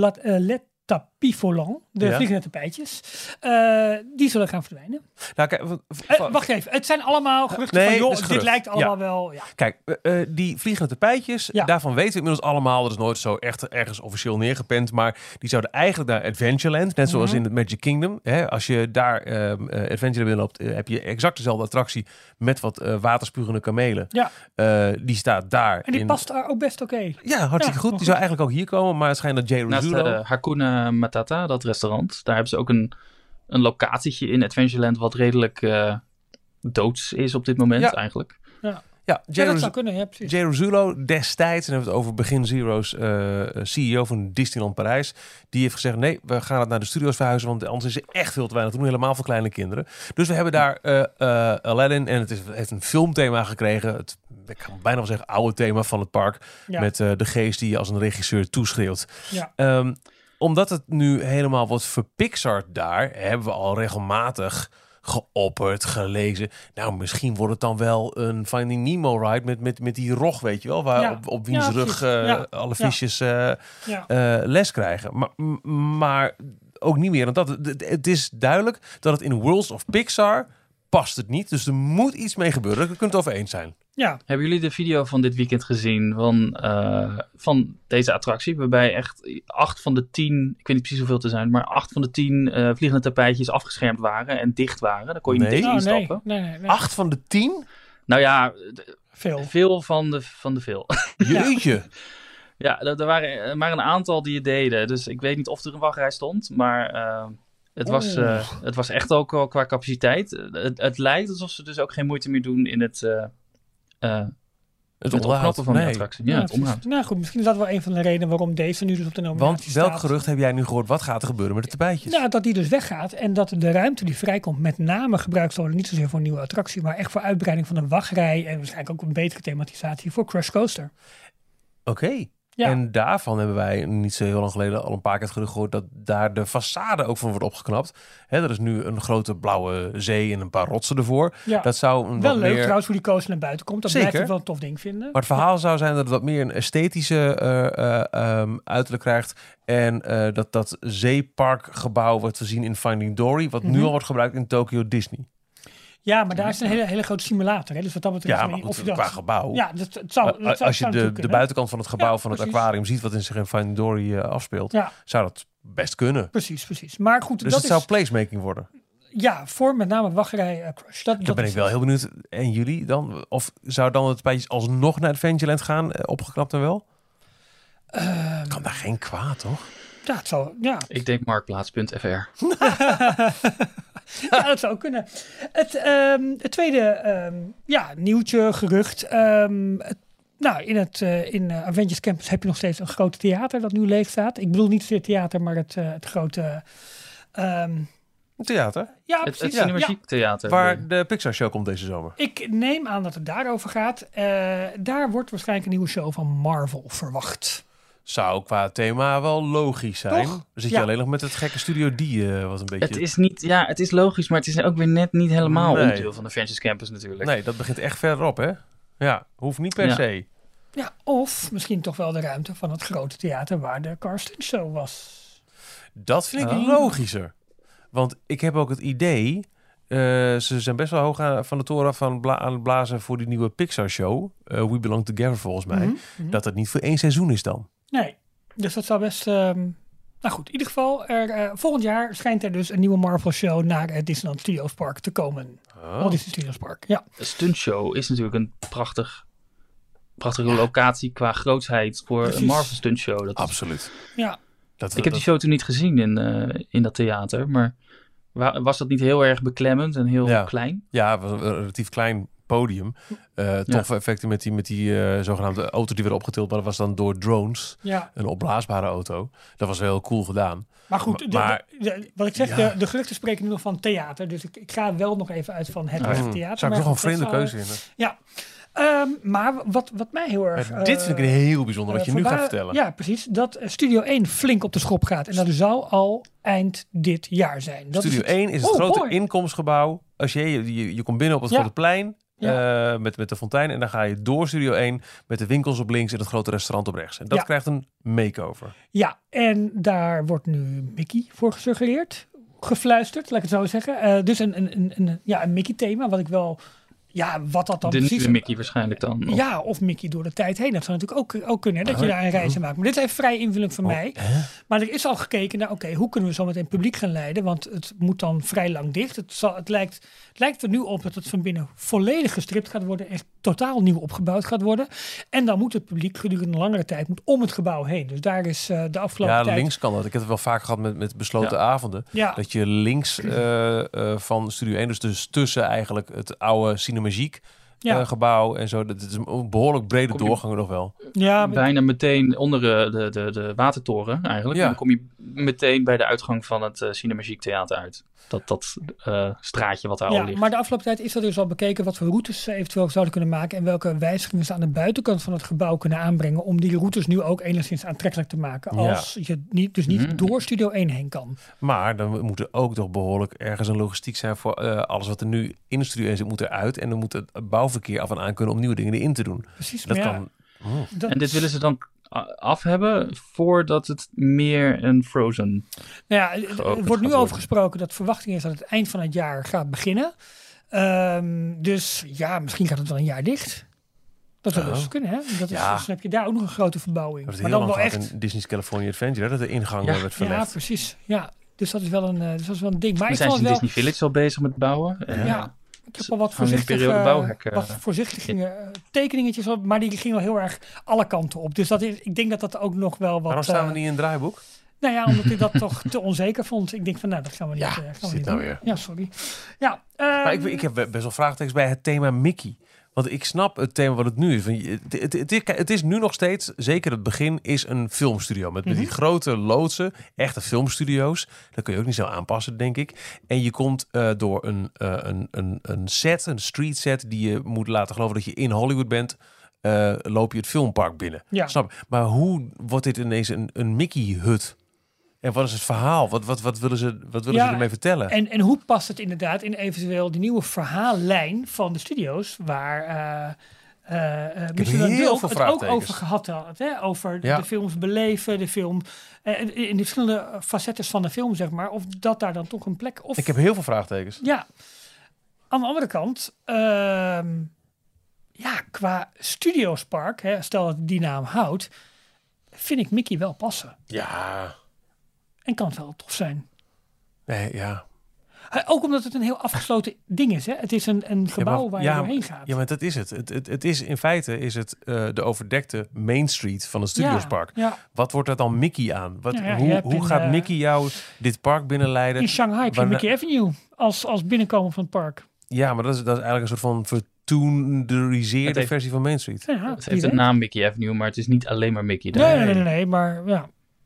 [SPEAKER 3] tapis volant, de vliegende tapijtjes, die zullen gaan verdwijnen.
[SPEAKER 2] Nou, kijk,
[SPEAKER 3] Wacht even, het zijn allemaal geruchten van, joh, dit lijkt allemaal wel... Ja.
[SPEAKER 2] Kijk, die vliegende tapijtjes, daarvan weten we inmiddels allemaal, dat is nooit zo echt ergens officieel neergepend, maar die zouden eigenlijk naar Adventureland, net zoals in het Magic Kingdom. Hè, als je daar Adventureland binnenloopt, heb je exact dezelfde attractie met wat waterspugende kamelen. Ja. Die staat daar.
[SPEAKER 3] En die past daar ook best oké.
[SPEAKER 2] Ja, hartstikke goed. Die zou eigenlijk ook hier komen, maar het schijnt dat J. Rosulu...
[SPEAKER 4] Naast Hakuna Matata, dat restaurant, daar hebben ze ook een locatietje in Adventureland wat redelijk doods is op dit moment eigenlijk.
[SPEAKER 3] Ja, dat zou kunnen, ja, precies.
[SPEAKER 2] J. Rosulu destijds, en hebben we het over begin Zero's CEO van Disneyland Parijs, die heeft gezegd, nee, we gaan het naar de studio's verhuizen, want anders is er echt veel te weinig te doen, helemaal voor kleine kinderen. Dus we hebben daar Aladdin, en het heeft een filmthema gekregen, ik kan bijna wel zeggen oude thema van het park, met de geest die je als een regisseur toeschreeuwt. Ja. Omdat het nu helemaal wordt verpixard daar, hebben we al regelmatig geopperd, gelezen. Nou, misschien wordt het dan wel een Finding Nemo ride met die rog, weet je wel, waar op wiens rug alle visjes les krijgen. Maar ook niet meer. Want het is duidelijk dat het in Worlds of Pixar past het niet. Dus er moet iets mee gebeuren. Daar kunt het over eens zijn.
[SPEAKER 3] Ja.
[SPEAKER 4] Hebben jullie de video van dit weekend gezien van deze attractie? Waarbij echt 8 van de 10, ik weet niet precies hoeveel te zijn, maar 8 van de 10 vliegende tapijtjes afgeschermd waren en dicht waren. Daar kon je niet tegen instappen.
[SPEAKER 3] Nee.
[SPEAKER 2] 8 van de 10?
[SPEAKER 4] Nou ja,
[SPEAKER 3] veel
[SPEAKER 4] van de veel.
[SPEAKER 2] Jeetje.
[SPEAKER 4] Ja, er waren maar een aantal die het deden. Dus ik weet niet of er een wachtrij stond, maar het was echt ook wel qua capaciteit. Het lijkt alsof ze dus ook geen moeite meer doen in het opknappen van de attractie. Ja, het onderhoud.
[SPEAKER 3] Nou goed, misschien is dat wel een van de redenen waarom deze nu dus op de nominatie staat.
[SPEAKER 2] Want welk gerucht heb jij nu gehoord? Wat gaat er gebeuren met de tapijtjes?
[SPEAKER 3] Nou, dat die dus weggaat en dat de ruimte die vrijkomt met name gebruikt zal worden, niet zozeer voor een nieuwe attractie, maar echt voor uitbreiding van een wachtrij en waarschijnlijk ook een betere thematisatie voor Crush Coaster.
[SPEAKER 2] Oké. Ja. En daarvan hebben wij niet zo heel lang geleden al een paar keer het gerucht gehoord dat daar de façade ook van wordt opgeknapt. Er is nu een grote blauwe zee en een paar rotsen ervoor. Ja. Dat zou
[SPEAKER 3] wel leuk trouwens hoe die coaster naar buiten komt. Dat blijft ik wel een tof ding vinden.
[SPEAKER 2] Maar het verhaal zou zijn dat het wat meer een esthetische uiterlijk krijgt. En dat zeeparkgebouw wordt te zien in Finding Dory, wat nu al wordt gebruikt in Tokyo Disney.
[SPEAKER 3] Ja, maar daar is een hele grote simulator. Hè? Dus wat dat betreft...
[SPEAKER 2] Ja, maar qua gebouw.
[SPEAKER 3] Ja, het zou
[SPEAKER 2] als je de buitenkant van het gebouw van het aquarium ziet wat in zich in Finding Dory afspeelt, zou dat best kunnen.
[SPEAKER 3] Precies. Maar goed,
[SPEAKER 2] dus het zou placemaking worden.
[SPEAKER 3] Ja, voor met name wachtrij Crush.
[SPEAKER 2] Dan ben ik wel heel benieuwd. En jullie dan? Of zou dan het tapijtjes alsnog naar Adventureland gaan, opgeknapt en wel? Kan daar geen kwaad, toch?
[SPEAKER 3] Ja, het zou, ja.
[SPEAKER 4] Ik denk marktplaats.fr.
[SPEAKER 3] Ja, dat zou kunnen. Het tweede nieuwtje, gerucht. In Avengers Campus heb je nog steeds een groot theater dat nu leeg staat. Ik bedoel niet het theater, maar het grote...
[SPEAKER 2] theater?
[SPEAKER 3] Ja,
[SPEAKER 4] het Cinemagique Theater.
[SPEAKER 2] Waar de Pixar Show komt deze zomer.
[SPEAKER 3] Ik neem aan dat het daarover gaat. Daar wordt waarschijnlijk een nieuwe show van Marvel verwacht.
[SPEAKER 2] Zou qua thema wel logisch zijn.
[SPEAKER 3] Toch?
[SPEAKER 2] Dan zit je alleen nog met het gekke Studio D wat een beetje...
[SPEAKER 4] Het is logisch, maar het is ook weer net niet helemaal onderdeel van de Avengers Campus natuurlijk.
[SPEAKER 2] Nee, dat begint echt verderop, hè? Ja, hoeft niet per se.
[SPEAKER 3] Ja, of misschien toch wel de ruimte van het grote theater waar de Karsten Show was.
[SPEAKER 2] Dat vind ik logischer. Want ik heb ook het idee... ze zijn best wel hoog van de toren af aan het blazen voor die nieuwe Pixar Show. We Belong Together volgens mij. Mm-hmm. Dat het niet voor 1 seizoen is dan.
[SPEAKER 3] Nee, dus dat zou best... nou goed, in ieder geval, volgend jaar schijnt er dus een nieuwe Marvel Show naar het Disneyland Studios Park te komen. Walt Disney Studios Park, ja.
[SPEAKER 4] De Stunt Show is natuurlijk een prachtige locatie qua grootsheid voor een Marvel Stunt Show.
[SPEAKER 2] Absoluut.
[SPEAKER 3] Ja.
[SPEAKER 4] Ik heb die show toen niet gezien in dat theater, maar was dat niet heel erg beklemmend en heel klein?
[SPEAKER 2] Ja, het was een relatief klein podium. Toffe effecten met die zogenaamde auto die werd opgetild, maar dat was dan door drones. Ja. Een opblaasbare auto. Dat was heel cool gedaan.
[SPEAKER 3] Maar goed, wat ik zeg, de geruchten spreken nu nog van theater. Dus ik ga wel nog even uit van het theater.
[SPEAKER 2] Zou ik nog een vreemde keuze vinden?
[SPEAKER 3] Ja. Maar wat mij heel erg...
[SPEAKER 2] dit vind ik heel bijzonder wat je nu gaat vertellen.
[SPEAKER 3] Ja, precies. Dat Studio 1 flink op de schop gaat. En dat zou al eind dit jaar zijn.
[SPEAKER 2] Studio 1 is het grote inkomensgebouw. Als je komt binnen op het grote plein. Ja. Met de fontein. En dan ga je door Studio 1 met de winkels op links en het grote restaurant op rechts. En dat krijgt een makeover. Ja,
[SPEAKER 3] en daar wordt nu Mickey voor gesuggereerd. Gefluisterd, laat ik het zo zeggen. Dus een Mickey-thema, wat ik wel... Ja, wat dat dan precies...
[SPEAKER 4] De Mickey waarschijnlijk dan. Of...
[SPEAKER 3] Ja, of Mickey door de tijd heen. Dat zou natuurlijk ook kunnen, hè, dat je daar een reizen maakt. Maar dit is even vrij invulling van mij. Maar er is al gekeken naar, hoe kunnen we zo meteen publiek gaan leiden? Want het moet dan vrij lang dicht. Het lijkt er nu op dat het van binnen volledig gestript gaat worden. Echt totaal nieuw opgebouwd gaat worden. En dan moet het publiek gedurende een langere tijd om het gebouw heen. Dus daar is de afgelopen tijd...
[SPEAKER 2] Ja, links kan dat. Ik heb het wel vaak gehad met besloten avonden. Ja. Dat je links van Studio 1, dus tussen eigenlijk het oude Cinemagique gebouw en zo. Dat is een behoorlijk brede doorgang nog wel.
[SPEAKER 4] Ja, bijna meteen onder de watertoren eigenlijk. Ja. En dan kom je meteen bij de uitgang van het Cinemagique Theater uit. Dat straatje wat daar al ligt.
[SPEAKER 3] Maar de afgelopen tijd is er dus al bekeken wat voor routes ze eventueel zouden kunnen maken en welke wijzigingen ze aan de buitenkant van het gebouw kunnen aanbrengen om die routes nu ook enigszins aantrekkelijk te maken. Als je niet door Studio 1 heen kan.
[SPEAKER 2] Maar dan moet er ook toch behoorlijk ergens een logistiek zijn voor alles wat er nu in de Studio 1 zit, moet eruit. En dan moet het bouwverkeer af en aan kunnen om nieuwe dingen erin te doen.
[SPEAKER 3] Precies.
[SPEAKER 2] Dat kan.
[SPEAKER 4] En dit willen ze dan af hebben voordat het meer een Frozen...
[SPEAKER 3] Nou ja, er wordt nu over gesproken dat de verwachting is dat het eind van het jaar gaat beginnen. Dus ja, misschien gaat het wel een jaar dicht. Dat zou dus kunnen, hè? Dus dan heb je daar ook nog een grote verbouwing.
[SPEAKER 2] Dat maar dan wel echt in Disney's California Adventure, dat de ingang werd verlegd.
[SPEAKER 3] Ja, precies. Ja, dus dat is wel een ding. Maar
[SPEAKER 4] zijn ze in Disney Village al bezig met bouwen?
[SPEAKER 3] Ja. Ik heb al wat voorzichtige tekeningetjes op, maar die gingen wel heel erg alle kanten op. Dus ik denk dat ook nog wel wat...
[SPEAKER 2] Waarom staan we niet in het draaiboek?
[SPEAKER 3] Nou ja, omdat ik dat toch te onzeker vond. Ik denk van, dat gaan we niet, niet doen.
[SPEAKER 2] Weer.
[SPEAKER 3] Ja, sorry. Ja,
[SPEAKER 2] maar ik heb best wel vraagtekens bij het thema Mickey. Want ik snap het thema wat het nu is. Het is nu nog steeds, zeker het begin, is een filmstudio. Met die grote loodsen, echte filmstudio's. Dat kun je ook niet zo aanpassen, denk ik. En je komt door een set, een street set, die je moet laten geloven dat je in Hollywood bent. Loop je het filmpark binnen. Ja. Snap je? Maar hoe wordt dit ineens een Mickey-hut? En wat is het verhaal? Wat willen ze ermee vertellen?
[SPEAKER 3] En hoe past het inderdaad in eventueel die nieuwe verhaallijn van de studio's, waar Michel Dulk het ook over gehad had. Hè? Over de films beleven, de film in de verschillende facetten van de film, zeg maar. Of dat daar dan toch een plek...
[SPEAKER 2] Ik heb heel veel vraagtekens.
[SPEAKER 3] Ja. Aan de andere kant, qua Studiospark, stel dat die naam houdt, vind ik Mickey wel passen.
[SPEAKER 2] Ja.
[SPEAKER 3] En kan het wel tof zijn.
[SPEAKER 2] Nee, ja.
[SPEAKER 3] Ook omdat het een heel afgesloten ding is. Hè? Het is een gebouw waar je doorheen gaat.
[SPEAKER 2] Ja, maar dat is het. Het is in feite de overdekte Main Street van het Studiospark. Ja. Wat wordt er dan Mickey aan? Hoe gaat Mickey jou dit park binnenleiden?
[SPEAKER 3] In Shanghai heb je Mickey Avenue als binnenkomen van het park.
[SPEAKER 2] Ja, maar dat is eigenlijk een soort van vertoenderiseerde versie van Main Street.
[SPEAKER 4] Ja, het heeft een naam Mickey Avenue, maar het is niet alleen maar Mickey daar.
[SPEAKER 3] Nee, maar ja.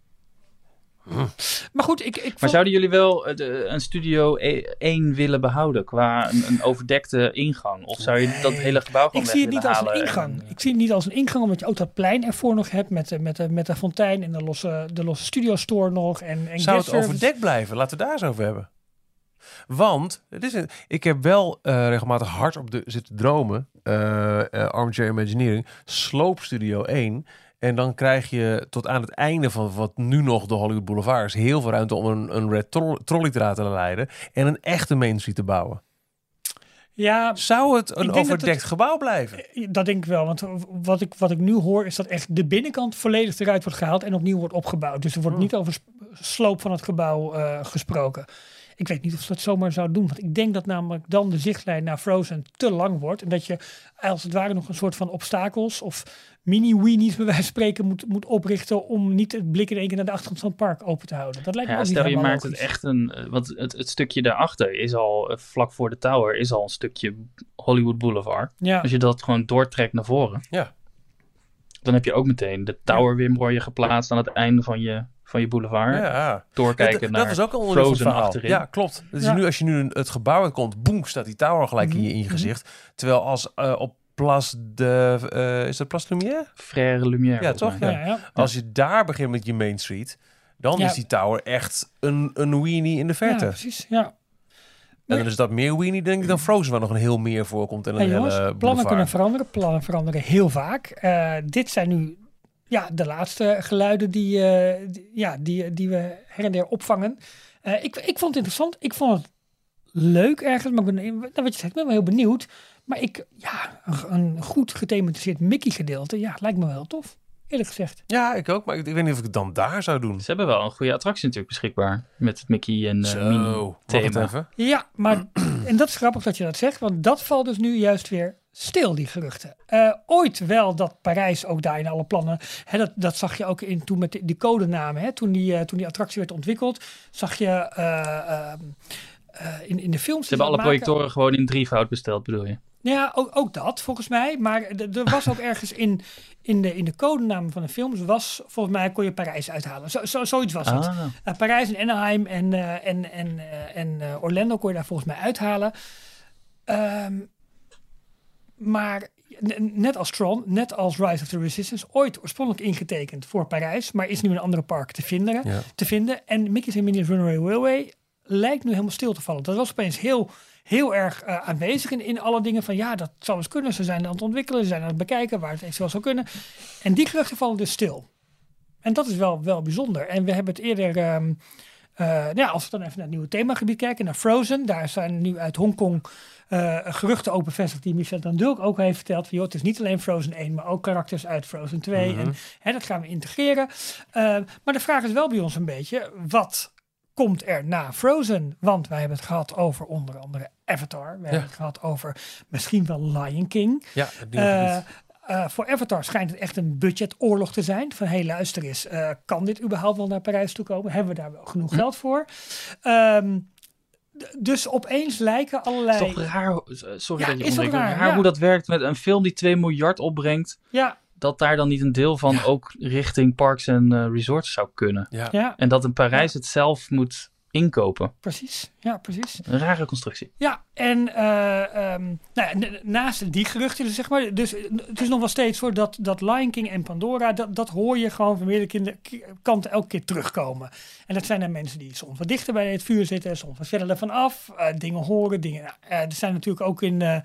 [SPEAKER 3] Maar goed,
[SPEAKER 4] maar zouden jullie wel een Studio 1 willen behouden qua een overdekte ingang? Of zou je dat hele gebouw gewoon
[SPEAKER 3] Ik zie het niet als een ingang. Ik zie het niet als een ingang, omdat je ook dat plein ervoor nog hebt met de fontein en de losse studio store nog. En
[SPEAKER 2] zou het overdekt blijven? Laten we het daar eens over hebben. Want ik heb wel regelmatig hard op zitten dromen. Armchair Imagineering, Sloop Studio 1. En dan krijg je tot aan het einde van wat nu nog de Hollywood Boulevard is, heel veel ruimte om een red trolley te leiden en een echte Main Street te bouwen.
[SPEAKER 3] Ja,
[SPEAKER 2] zou het een overdekt gebouw blijven?
[SPEAKER 3] Dat denk ik wel, want wat ik nu hoor is dat echt de binnenkant volledig eruit wordt gehaald en opnieuw wordt opgebouwd. Dus er wordt niet over sloop van het gebouw gesproken. Ik weet niet of ze dat zomaar zou doen. Want ik denk dat namelijk dan de zichtlijn naar Frozen te lang wordt. En dat je als het ware nog een soort van obstakels of mini-weenies bij wijze van spreken moet oprichten om niet het blik in één keer naar de achterkant van het park open te houden. Dat lijkt me ook
[SPEAKER 4] stel
[SPEAKER 3] niet
[SPEAKER 4] je maakt
[SPEAKER 3] logisch.
[SPEAKER 4] Het echt want het stukje daarachter is al, vlak voor de tower, is al een stukje Hollywood Boulevard. Ja. Als je dat gewoon doortrekt naar voren. Ja. Dan heb je ook meteen de tower weer mooi geplaatst aan het einde van je boulevard. Ja. Doorkijken naar
[SPEAKER 2] dat was ook een
[SPEAKER 4] Frozen achterin.
[SPEAKER 2] Ja, klopt. Dus nu, als je nu het gebouw uitkomt, boem, staat die tower gelijk in je gezicht. Terwijl als op is dat Place Lumière?
[SPEAKER 4] Frère Lumière.
[SPEAKER 2] Ja, toch?
[SPEAKER 4] mij.
[SPEAKER 2] Ja. Als je daar begint met je Main Street, dan is die tower echt een weenie in de verte.
[SPEAKER 3] Ja, precies. Ja.
[SPEAKER 2] En dan is dat meer weenie, denk ik, dan Frozen, waar nog een heel meer voorkomt. En een
[SPEAKER 3] jongens,
[SPEAKER 2] hele
[SPEAKER 3] plannen kunnen veranderen. Plannen veranderen heel vaak. Dit zijn nu de laatste geluiden die we her en der opvangen. Ik vond het interessant. Ik vond het leuk ergens. Maar wat je zegt, ik ben wel heel benieuwd. Maar een goed gethematiseerd Mickey gedeelte, lijkt me wel heel tof. Eerlijk gezegd.
[SPEAKER 2] Ja, ik ook. Maar ik weet niet of ik het dan daar zou doen.
[SPEAKER 4] Ze hebben wel een goede attractie natuurlijk beschikbaar. Met het Mickey en Minnie thema.
[SPEAKER 2] Even.
[SPEAKER 3] Ja, maar en dat is grappig dat je dat zegt. Want dat valt dus nu juist weer stil, die geruchten. Ooit wel dat Parijs ook daar in alle plannen... Dat zag je ook toen met die codenamen. Toen die attractie werd ontwikkeld, zag je in de films...
[SPEAKER 4] Ze hebben alle projectoren gewoon in drievoud besteld, bedoel je?
[SPEAKER 3] Ja, ook dat volgens mij. Maar er was ook ergens in de codenamen van de films... volgens mij kon je Parijs uithalen. Zoiets was het. Parijs en Anaheim en Orlando kon je daar volgens mij uithalen. Maar net als Tron, net als Rise of the Resistance... ooit oorspronkelijk ingetekend voor Parijs... maar is nu in een andere park te vinden. En Mickey's and Minnie's Runaway Railway lijkt nu helemaal stil te vallen. Dat was opeens heel erg aanwezig in alle dingen van... dat zou eens kunnen, ze zijn aan het ontwikkelen... ze zijn aan het bekijken waar het eventueel zou kunnen. En die geruchten vallen dus stil. En dat is wel bijzonder. En we hebben het eerder... als we dan even naar het nieuwe themagebied kijken... naar Frozen, daar zijn nu uit Hongkong... geruchten ook bevestigd die Michel dan Dulk ook heeft verteld... van, het is niet alleen Frozen 1, maar ook karakters uit Frozen 2. Mm-hmm. En dat gaan we integreren. Maar de vraag is wel bij ons een beetje... wat komt er na Frozen? Want wij hebben het gehad over onder andere Avatar. We hebben het gehad over misschien wel Lion King.
[SPEAKER 2] Ja,
[SPEAKER 3] voor Avatar schijnt het echt een budgetoorlog te zijn. Van, luister eens, kan dit überhaupt wel naar Parijs toe komen? Hebben we daar wel genoeg geld voor? Dus opeens lijken allerlei...
[SPEAKER 4] Het is toch raar, sorry dat je
[SPEAKER 3] is
[SPEAKER 4] raar hoe dat werkt met een film die 2 miljard opbrengt. Ja. Dat daar dan niet een deel van ook richting parks en resorts zou kunnen. Ja. En dat in Parijs het zelf moet inkopen.
[SPEAKER 3] Precies, ja, precies.
[SPEAKER 4] Een rare constructie.
[SPEAKER 3] Ja, en naast die geruchten, zeg maar, dus het is nog wel steeds voor dat Lion King en Pandora, dat hoor je gewoon van meerdere kanten elke keer terugkomen. En dat zijn dan mensen die soms wat dichter bij het vuur zitten, soms wat verder ervan af, dingen horen, dingen. Er zijn natuurlijk ook in...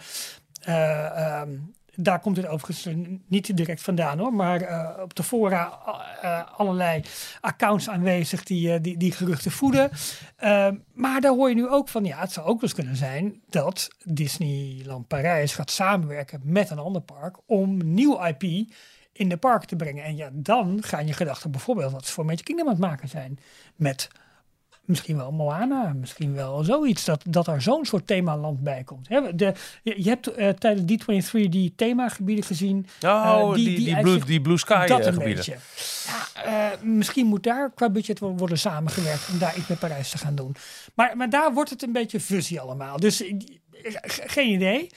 [SPEAKER 3] daar komt het overigens niet direct vandaan hoor. Maar op de fora allerlei accounts aanwezig die geruchten voeden. Maar daar hoor je nu ook van, het zou ook wel eens kunnen zijn dat Disneyland Parijs gaat samenwerken met een ander park om nieuw IP in de park te brengen. En dan gaan je gedachten bijvoorbeeld wat ze voor Magic Kingdom aan het maken zijn. Met misschien wel Moana, misschien wel zoiets, dat er zo'n soort themaland bij komt. Je hebt tijdens D23 die themagebieden gezien.
[SPEAKER 2] Die Blue Sky gebieden.
[SPEAKER 3] Misschien moet daar qua budget worden samengewerkt om daar iets met Parijs te gaan doen. Maar daar wordt het een beetje fuzzy allemaal. Dus geen idee.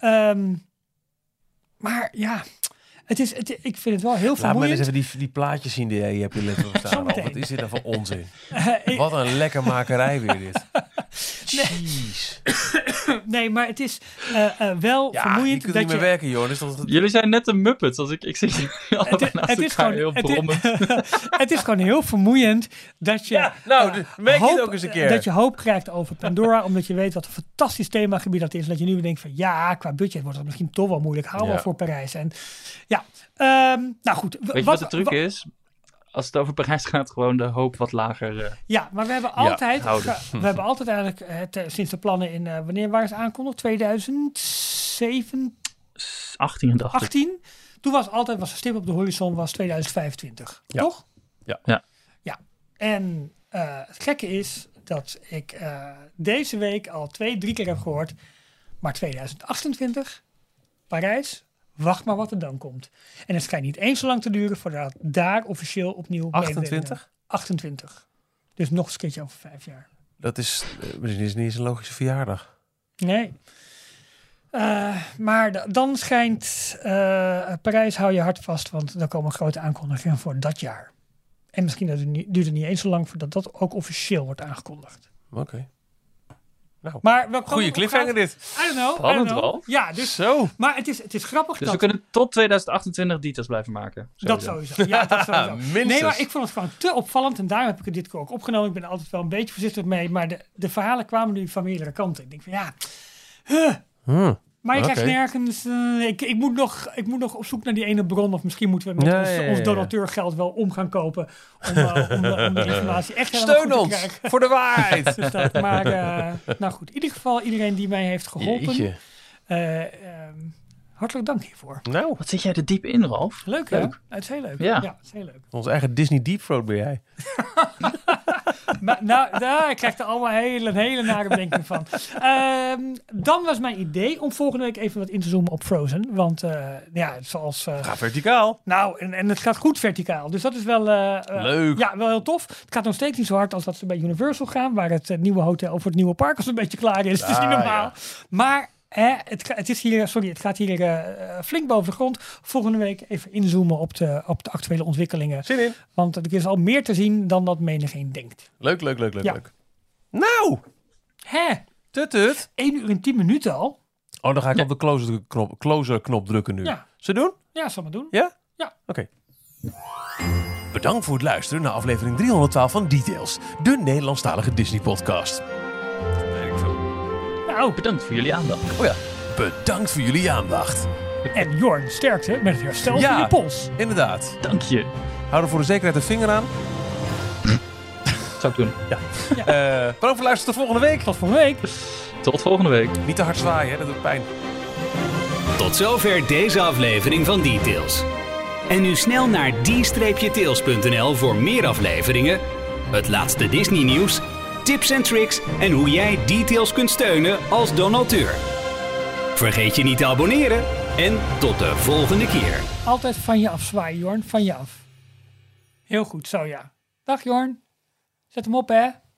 [SPEAKER 3] Maar ja... ik vind het wel heel vermoeiend.
[SPEAKER 2] Laat me eens even die plaatjes zien die je hebt in letterlijk staan. Wat is dit dan voor onzin? Wat een lekker makerij weer dit. Jeez.
[SPEAKER 3] Nee, maar het is wel vermoeiend.
[SPEAKER 2] Je kunt niet meer werken, joh. Dus
[SPEAKER 4] Jullie zijn net een Muppets. Als ik zie allebei naast elkaar heel brommend.
[SPEAKER 3] Het is gewoon heel vermoeiend dat je
[SPEAKER 2] merk je het ook eens een keer.
[SPEAKER 3] Dat je hoop krijgt over Pandora, omdat je weet wat een fantastisch themagebied dat is. En dat je nu denkt van qua budget wordt het misschien toch wel moeilijk. Hou wel voor Parijs. En nou goed.
[SPEAKER 4] Weet je wat de truc is? Als het over Parijs gaat, gewoon de hoop wat lager.
[SPEAKER 3] Maar we hebben altijd, we hebben altijd eigenlijk sinds de plannen in wanneer waren ze aangekondigd? 2007,
[SPEAKER 4] 18 dacht
[SPEAKER 3] 18. Toen was de stip op de horizon was 2025, toch?
[SPEAKER 4] Ja.
[SPEAKER 3] En het gekke is dat ik deze week al 2-3 keer heb gehoord, maar 2028, Parijs. Wacht maar wat er dan komt. En het schijnt niet eens zo lang te duren voordat daar officieel opnieuw...
[SPEAKER 2] 28?
[SPEAKER 3] 28. Dus nog eens een keertje over 5 jaar.
[SPEAKER 2] Dat is misschien niet eens een logische verjaardag.
[SPEAKER 3] Nee. Maar dan schijnt Parijs, hou je hart vast, want dan komen grote aankondigingen voor dat jaar. En misschien duurt het niet eens zo lang voordat dat ook officieel wordt aangekondigd.
[SPEAKER 2] Oké. Nou,
[SPEAKER 3] Maar
[SPEAKER 2] goede cliffhanger dit.
[SPEAKER 3] I don't know.
[SPEAKER 4] Spannend wel.
[SPEAKER 3] Ja, dus...
[SPEAKER 2] Zo.
[SPEAKER 3] Maar het is grappig
[SPEAKER 4] Dus
[SPEAKER 3] dat...
[SPEAKER 4] we kunnen tot 2028 details blijven maken.
[SPEAKER 3] Dat sowieso. Ja, dat sowieso.
[SPEAKER 2] Minstens.
[SPEAKER 3] Nee, maar ik vond het gewoon te opvallend. En daarom heb ik het dit keer ook opgenomen. Ik ben er altijd wel een beetje voorzichtig mee. Maar de verhalen kwamen nu van meerdere kanten. Ik denk van ja... Maar je krijgt nergens... Ik moet nog op zoek naar die ene bron. Of misschien moeten we met ons donateurgeld wel om gaan kopen. Om de informatie echt helemaal
[SPEAKER 2] Steun
[SPEAKER 3] goed
[SPEAKER 2] ons
[SPEAKER 3] te krijgen.
[SPEAKER 2] voor de waarheid.
[SPEAKER 3] Dus maar nou goed, in ieder geval iedereen die mij heeft geholpen. Hartelijk dank hiervoor.
[SPEAKER 2] Nou,
[SPEAKER 4] Wat zit jij er diep in, Ralf?
[SPEAKER 3] Leuk, hè? Het is heel leuk.
[SPEAKER 4] Ja.
[SPEAKER 3] Het is heel leuk.
[SPEAKER 2] onze eigen Disney Deep Throat ben jij.
[SPEAKER 3] Ik krijg er allemaal een hele nare bedenking van. Dan was mijn idee om volgende week even wat in te zoomen op Frozen. Want zoals...
[SPEAKER 2] Ga verticaal.
[SPEAKER 3] Nou, en het gaat goed verticaal. Dus dat is wel...
[SPEAKER 2] Leuk.
[SPEAKER 3] Ja, wel heel tof. Het gaat nog steeds niet zo hard als dat ze bij Universal gaan. Waar het nieuwe hotel of het nieuwe park als een beetje klaar is. Het is niet normaal. Ja. Maar... het gaat hier flink boven de grond. Volgende week even inzoomen op de actuele ontwikkelingen.
[SPEAKER 2] Zin in.
[SPEAKER 3] Want er is al meer te zien dan dat menigeen denkt.
[SPEAKER 2] Leuk.
[SPEAKER 3] Ja.
[SPEAKER 2] Nou!
[SPEAKER 3] Hè?
[SPEAKER 2] Tut.
[SPEAKER 3] 1 uur en 10 minuten al.
[SPEAKER 2] Oh, dan ga ik op de closer knop drukken nu.
[SPEAKER 3] Ja.
[SPEAKER 2] Zullen we doen?
[SPEAKER 3] Ja, zal maar doen.
[SPEAKER 2] Ja?
[SPEAKER 3] Ja.
[SPEAKER 2] Oké. Bedankt voor het luisteren naar aflevering 312 van Details. De Nederlandstalige Disney podcast.
[SPEAKER 3] Nou,
[SPEAKER 4] bedankt voor jullie aandacht.
[SPEAKER 2] Oh ja, bedankt voor julie aandacht.
[SPEAKER 3] En Jorn, sterkte met het herstel van je pols.
[SPEAKER 2] Inderdaad.
[SPEAKER 4] Dank je.
[SPEAKER 2] Hou er voor de zekerheid de vinger aan.
[SPEAKER 4] Zou ik doen.
[SPEAKER 2] Ja. Bedankt voor het luisteren. Tot volgende week.
[SPEAKER 3] Tot volgende week.
[SPEAKER 4] Tot volgende week.
[SPEAKER 2] Niet te hard zwaaien, hè? Dat doet pijn.
[SPEAKER 1] Tot zover deze aflevering van Details. En nu snel naar d-tails.nl voor meer afleveringen, het laatste Disney nieuws, tips en tricks en hoe jij Details kunt steunen als donateur. Vergeet je niet te abonneren en tot de volgende keer.
[SPEAKER 3] Altijd van je af zwaaien, Jorn. Van je af. Heel goed, zo ja. Dag Jorn. Zet hem op, hè.